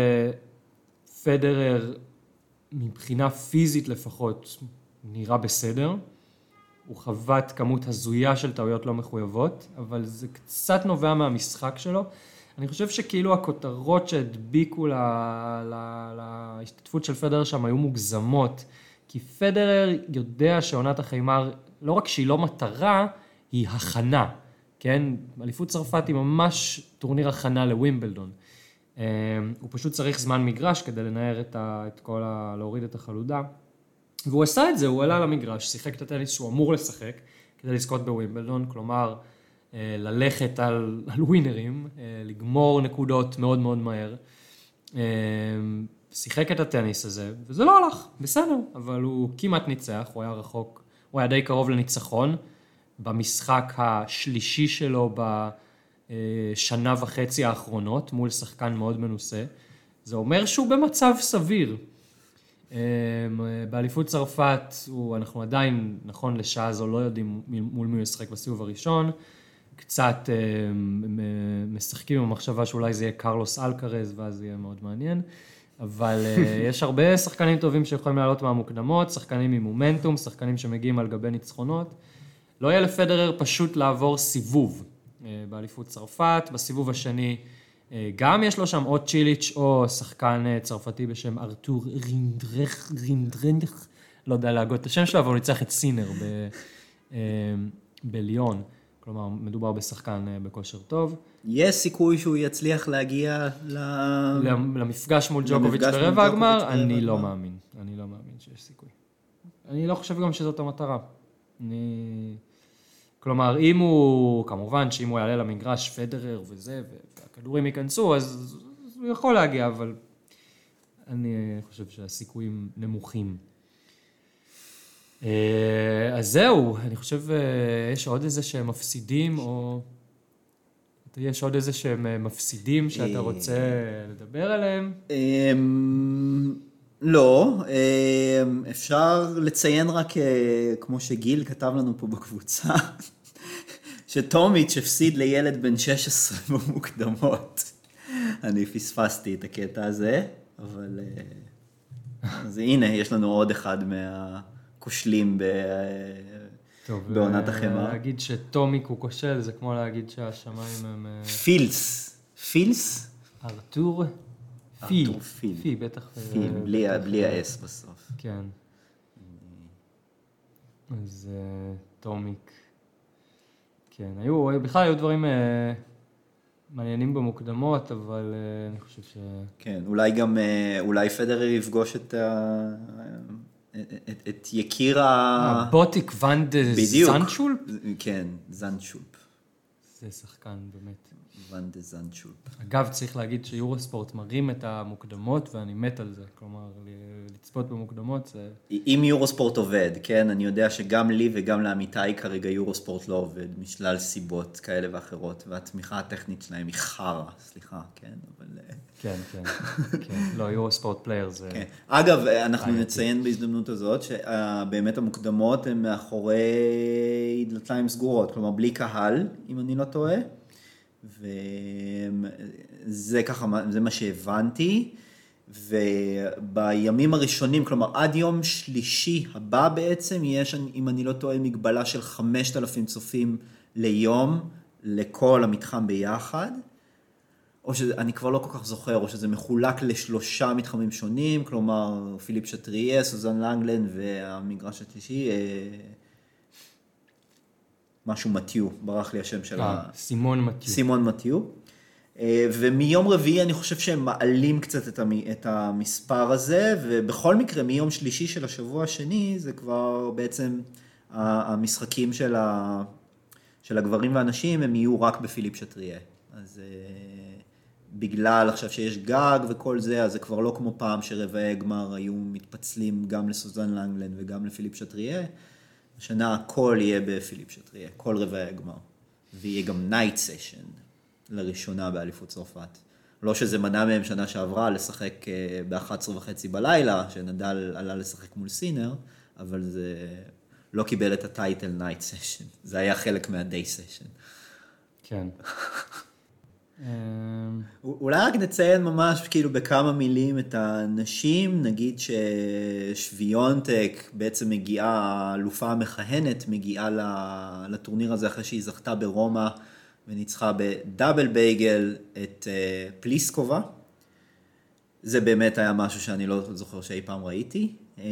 שפדרר מבחינה פיזית לפחות נראה בסדר. הוא חוות כמות הזויה של טעויות לא מחויבות, אבל זה קצת נובע מהמשחק שלו. אני חושב שכאילו הכותרות שהדביקו להשתתפות של פדרר שם היו מוגזמות, כי פדרר יודע שעונת החיימר, לא רק שהיא לא מטרה, היא הכנה, כן? אליפות צרפת היא ממש טורניר הכנה לווימבלדון. הוא פשוט צריך זמן מגרש כדי לנער את כל להוריד את החלודה. והוא עשה את זה, הוא עלה למגרש, שיחק את הטניס שהוא אמור לשחק, כדי לזכות בווימבלדון, כלומר, ללכת על ווינרים, לגמור נקודות מאוד מאוד מהר. שיחק את הטניס הזה, וזה לא הלך, בסדר, אבל הוא כמעט ניצח, הוא היה רחוק, הוא היה די קרוב לניצחון, במשחק השלישי שלו בשנה וחצי האחרונות, מול שחקן מאוד מנוסה. זה אומר שהוא במצב סביר. באליפות צרפת, אנחנו עדיין, נכון לשעה זו, לא יודעים מול מי הוא ישחק בסיבוב הראשון, קצת משחקים עם המחשבה שאולי זה יהיה קרלוס אלקרז, ואז זה יהיה מאוד מעניין, אבל יש הרבה שחקנים טובים שיכולים לעלות מהמוקדמות, שחקנים עם מומנטום, שחקנים שמגיעים על גבי ניצחונות. לא יהיה לפדרר פשוט לעבור סיבוב באליפות צרפת, בסיבוב השני גם יש לו שם או צ'יליץ' או שחקן צרפתי בשם ארתור רינדרנך, לא יודע להגות את השם שלו, אבל הוא ניצח את סינר בליון. כלומר, מדובר בשחקן בכושר טוב. יש סיכוי שהוא יצליח להגיע למפגש מול ג'וקוביץ' ברבע הגמר? אני לא מאמין. אני לא מאמין שיש סיכוי. אני לא חושב גם שזאת המטרה. כלומר, אם הוא, כמובן שאם הוא יעלה למגרש פדרר וזה, והכדורים ייכנסו, אז הוא יכול להגיע, אבל אני חושב שהסיכויים נמוכים. אז זהו, אני חושב, יש עוד איזה שהם מפסידים, או יש עוד איזה שהם מפסידים שאתה רוצה לדבר עליהם? לא, אפשר לציין רק, כמו שגיל כתב לנו פה בקבוצה, שטומיץ' הפסיד לילד בן 16 במוקדמות. אני פספסתי את הקטע הזה, אבל אז הנה, יש לנו עוד אחד כושלים בעונת החמר. להגיד שטומיק הוא כושל, זה כמו להגיד שהשמיים הם... פילס? ארתור פי, בטח. פי, בלי האס בסוף. כן. אז טומיק. כן, בכלל היו דברים מעניינים במוקדמות, אבל אני חושב ש... כן, אולי פדרר יפגוש את יקיר בוטיק ון דה זנצ'ולפ? כן, זנצ'ולפ. זה שחקן באמת. ון דה זנצ'ולפ. אגב, צריך להגיד שיורוספורט מרים את המוקדמות, ואני מת על זה. כלומר, לצפות במוקדמות זה... אם יורוספורט עובד, כן, אני יודע שגם לי וגם לעמיתי כרגע יורוספורט לא עובד, משלל סיבות כאלה ואחרות, והתמיכה הטכנית שלהם היא חרה, סליחה, כן, אבל... כן. לא, יורוספורט פלייר זה... אגב, אנחנו נציין בהזדמנות הזאת, שבאמת המוקדמות הן מאחורי דלתיים סגורות, כלומר, בלי קהל, אם אני לא טועה. וזה ככה, זה מה שהבנתי, ובימים הראשונים, כלומר עד יום שלישי הבא בעצם, יש, אם אני לא טועה, מגבלה של 5,000 צופים ליום, לכל המתחם ביחד, או שאני כבר לא כל כך זוכר, או שזה מחולק ל3 מתחמים שונים, כלומר פיליפ שטריה, סוזן לנגלן, והמגרש השלישי, משהו מתיו, ברח לי השם של סימון מתיו. ומיום רביעי אני חושב שהם מעלים קצת את המספר הזה, ובכל מקרה מיום שלישי של השבוע השני זה כבר בעצם המשחקים של הגברים והנשים הם יהיו רק בפיליפ שטריה. אז בגלל עכשיו שיש גג וכל זה, אז זה כבר לא כמו פעם שרבעי גמר היו מתפצלים גם לסוזן לנגלן וגם לפיליפ שטריה. השנה הכל יהיה בפיליפ שטריה, כל רבעי גמר. ויהיה גם נייט סשן לראשונה באליפות צרפת. לא שזה מנע מהם שנה שעברה לשחק ב-11:30 בלילה, שנדל עלה לשחק מול סינר, אבל זה לא קיבל את הטייטל נייט סשן. זה היה חלק מהדיי סשן. כן. אולי רק נציין ממש כאילו בכמה מילים את הנשים, נגיד ששוויונטק בעצם מגיעה, האלופה המכהנת מגיעה לטורניר הזה אחרי שהיא זכתה ברומא וניצחה בדאבל בייגל את פליסקובה. זה באמת היה משהו שאני לא זוכר שאי פעם ראיתי.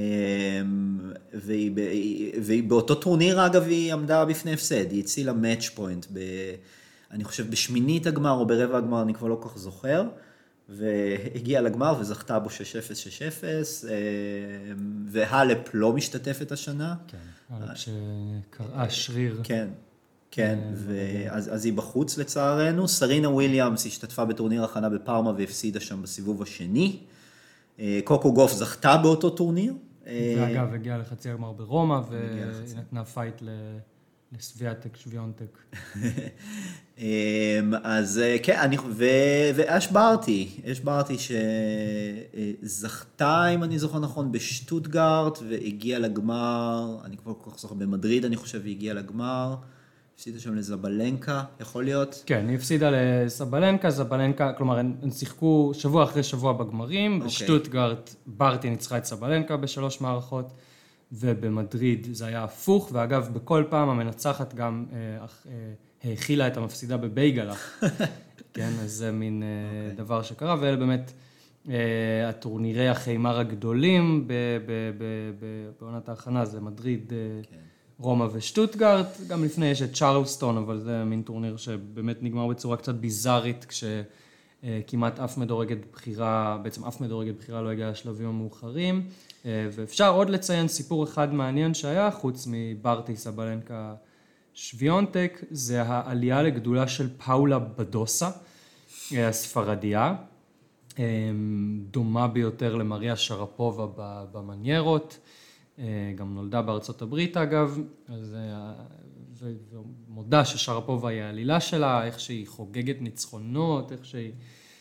והיא באותו טורניר אגב היא עמדה בפני הפסד, היא הצילה מאץ' פוינט אני חושב בשמינית הגמר או ברבע הגמר, אני כבר לא כך זוכר, והגיעה לגמר וזכתה בו 6-0, 6-0, והלפ לא משתתפת השנה. כן, הלפ שקראה שריר. כן, כן, אז היא בחוץ לצערנו. סרינה וויליאמס השתתפה בטורניר הכנה בפארמה והפסידה שם בסיבוב השני. קוקו גוף זכתה באותו טורניר. ואגב, הגיעה לחצי הגמר ברומא, ונתנה פייט לסוויאטק, שוויונטק. אז כן, ואשברתי שזכתה, אם אני זוכר נכון, בשטוטגרט, והגיעה לגמר, אני כבר כל כך זוכר, במדריד אני חושב, והגיעה לגמר, הפסידה שם לזבלנקה, יכול להיות? כן, היא הפסידה לזבלנקה, כלומר, הם שיחקו שבוע אחרי שבוע בגמרים, בשטוטגרט ברטי ניצחה את זבלנקה ב3 מערכות, ובמדריד זה היה הפוך, ואגב, בכל פעם המנצחת גם האכילה את המפסידה בבייגלה. כן, אז זה מין דבר שקרה, ואלה באמת הטורנירי החיימר הגדולים בעונת ההכנה, זה מדריד, רומא ושטוטגרט, גם לפני יש את צ'רלסטון, אבל זה מין טורניר שבאמת נגמר בצורה קצת ביזארית, כשכמעט אף מדורגת בחירה לא הגיעה לשלבים המאוחרים, ואפשר עוד לציין סיפור אחד מעניין שהיה, חוץ מברטי סבלנקה שוויונטק, זה העלייה לגדולה של פאולה בדוסה, הספרדיה, דומה ביותר למריה שרפובה במניירות, גם נולדה בארצות הברית אגב, אז ומודה ששרפובה היא העלילה שלה, איך שהיא חוגגת ניצחונות, איך שהיא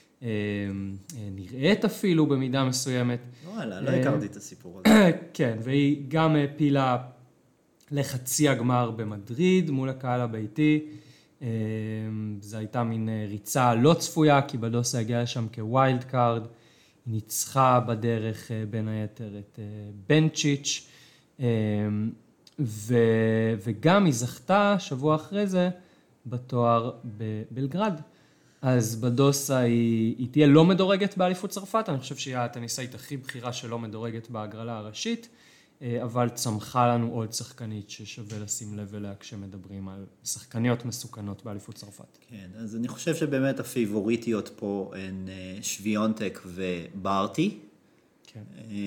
נראית אפילו במידה מסוימת. לא הכרתי את הסיפור הזה. כן, והיא גם פילה לחצי הגמר במדריד מול הקהל הביתי. זו הייתה מין ריצה לא צפויה, כי בדוסה הגיעה לשם כווילד קארד. היא ניצחה בדרך בין היתר את בנצ'יץ', וגם היא זכתה שבוע אחרי זה בתואר בבלגרד. אז בדוסה היא תהיה לא מדורגת באליפות צרפת, אני חושב שהיא הטניסאית הכי בכירה שלא מדורגת בהגרלה הראשית, אבל צמחה לנו עוד שחקנית ששווה לשים לב אליה כשמדברים על שחקניות מסוכנות באליפות צרפת. כן, אז אני חושב שבאמת הפיבוריטיות פה הן שוויונטק וברטי. כן.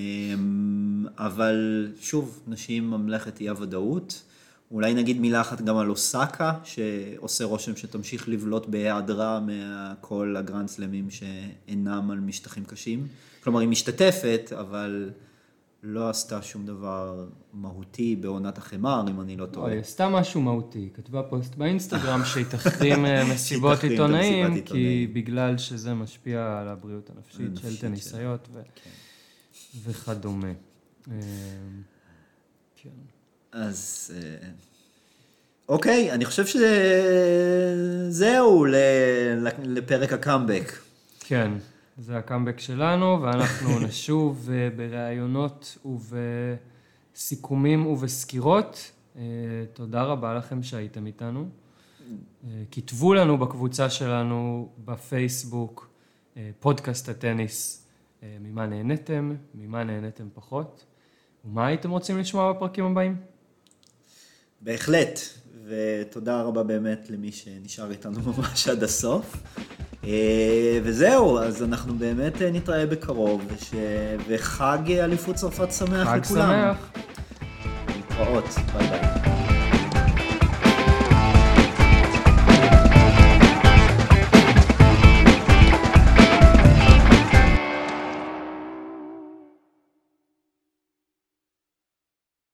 אבל שוב, נשים ממלכת אי הוודאות. אולי נגיד מילה אחת גם על אוסקה, שעושה רושם שתמשיך לבלוט בהיעדרה מכל הגרנד סלמים שאינם על משטחים קשים. כלומר, היא משתתפת, אבל לא עשתה שום דבר מהותי בעונת החמר, אם אני לא טועה. היא עשתה משהו מהותי. כתבה פוסט באינסטגרם שהיא תחרים מסיבות עיתונאים, כי בגלל שזה משפיע על הבריאות הנפשית של טניסאיות וכדומה. כן. אז אוקיי, אני חושב שזהו לפרק הקאמבק. כן, זה הקאמבק שלנו, ואנחנו נשוב בראיונות ובסיכומים ובסקירות. תודה רבה לכם שהייתם איתנו. כתבו לנו בקבוצה שלנו בפייסבוק, פודקאסט הטניס, ממה נהנתם, ממה נהנתם פחות, ומה הייתם רוצים לשמוע בפרקים הבאים? בהחלט, ותודה רבה באמת למי שנשאר איתנו ממש עד הסוף. וזהו, אז אנחנו באמת נתראה בקרוב, וחג אליפות צרפת שמח לכולם. חג שמח. להתראות, ביי ביי.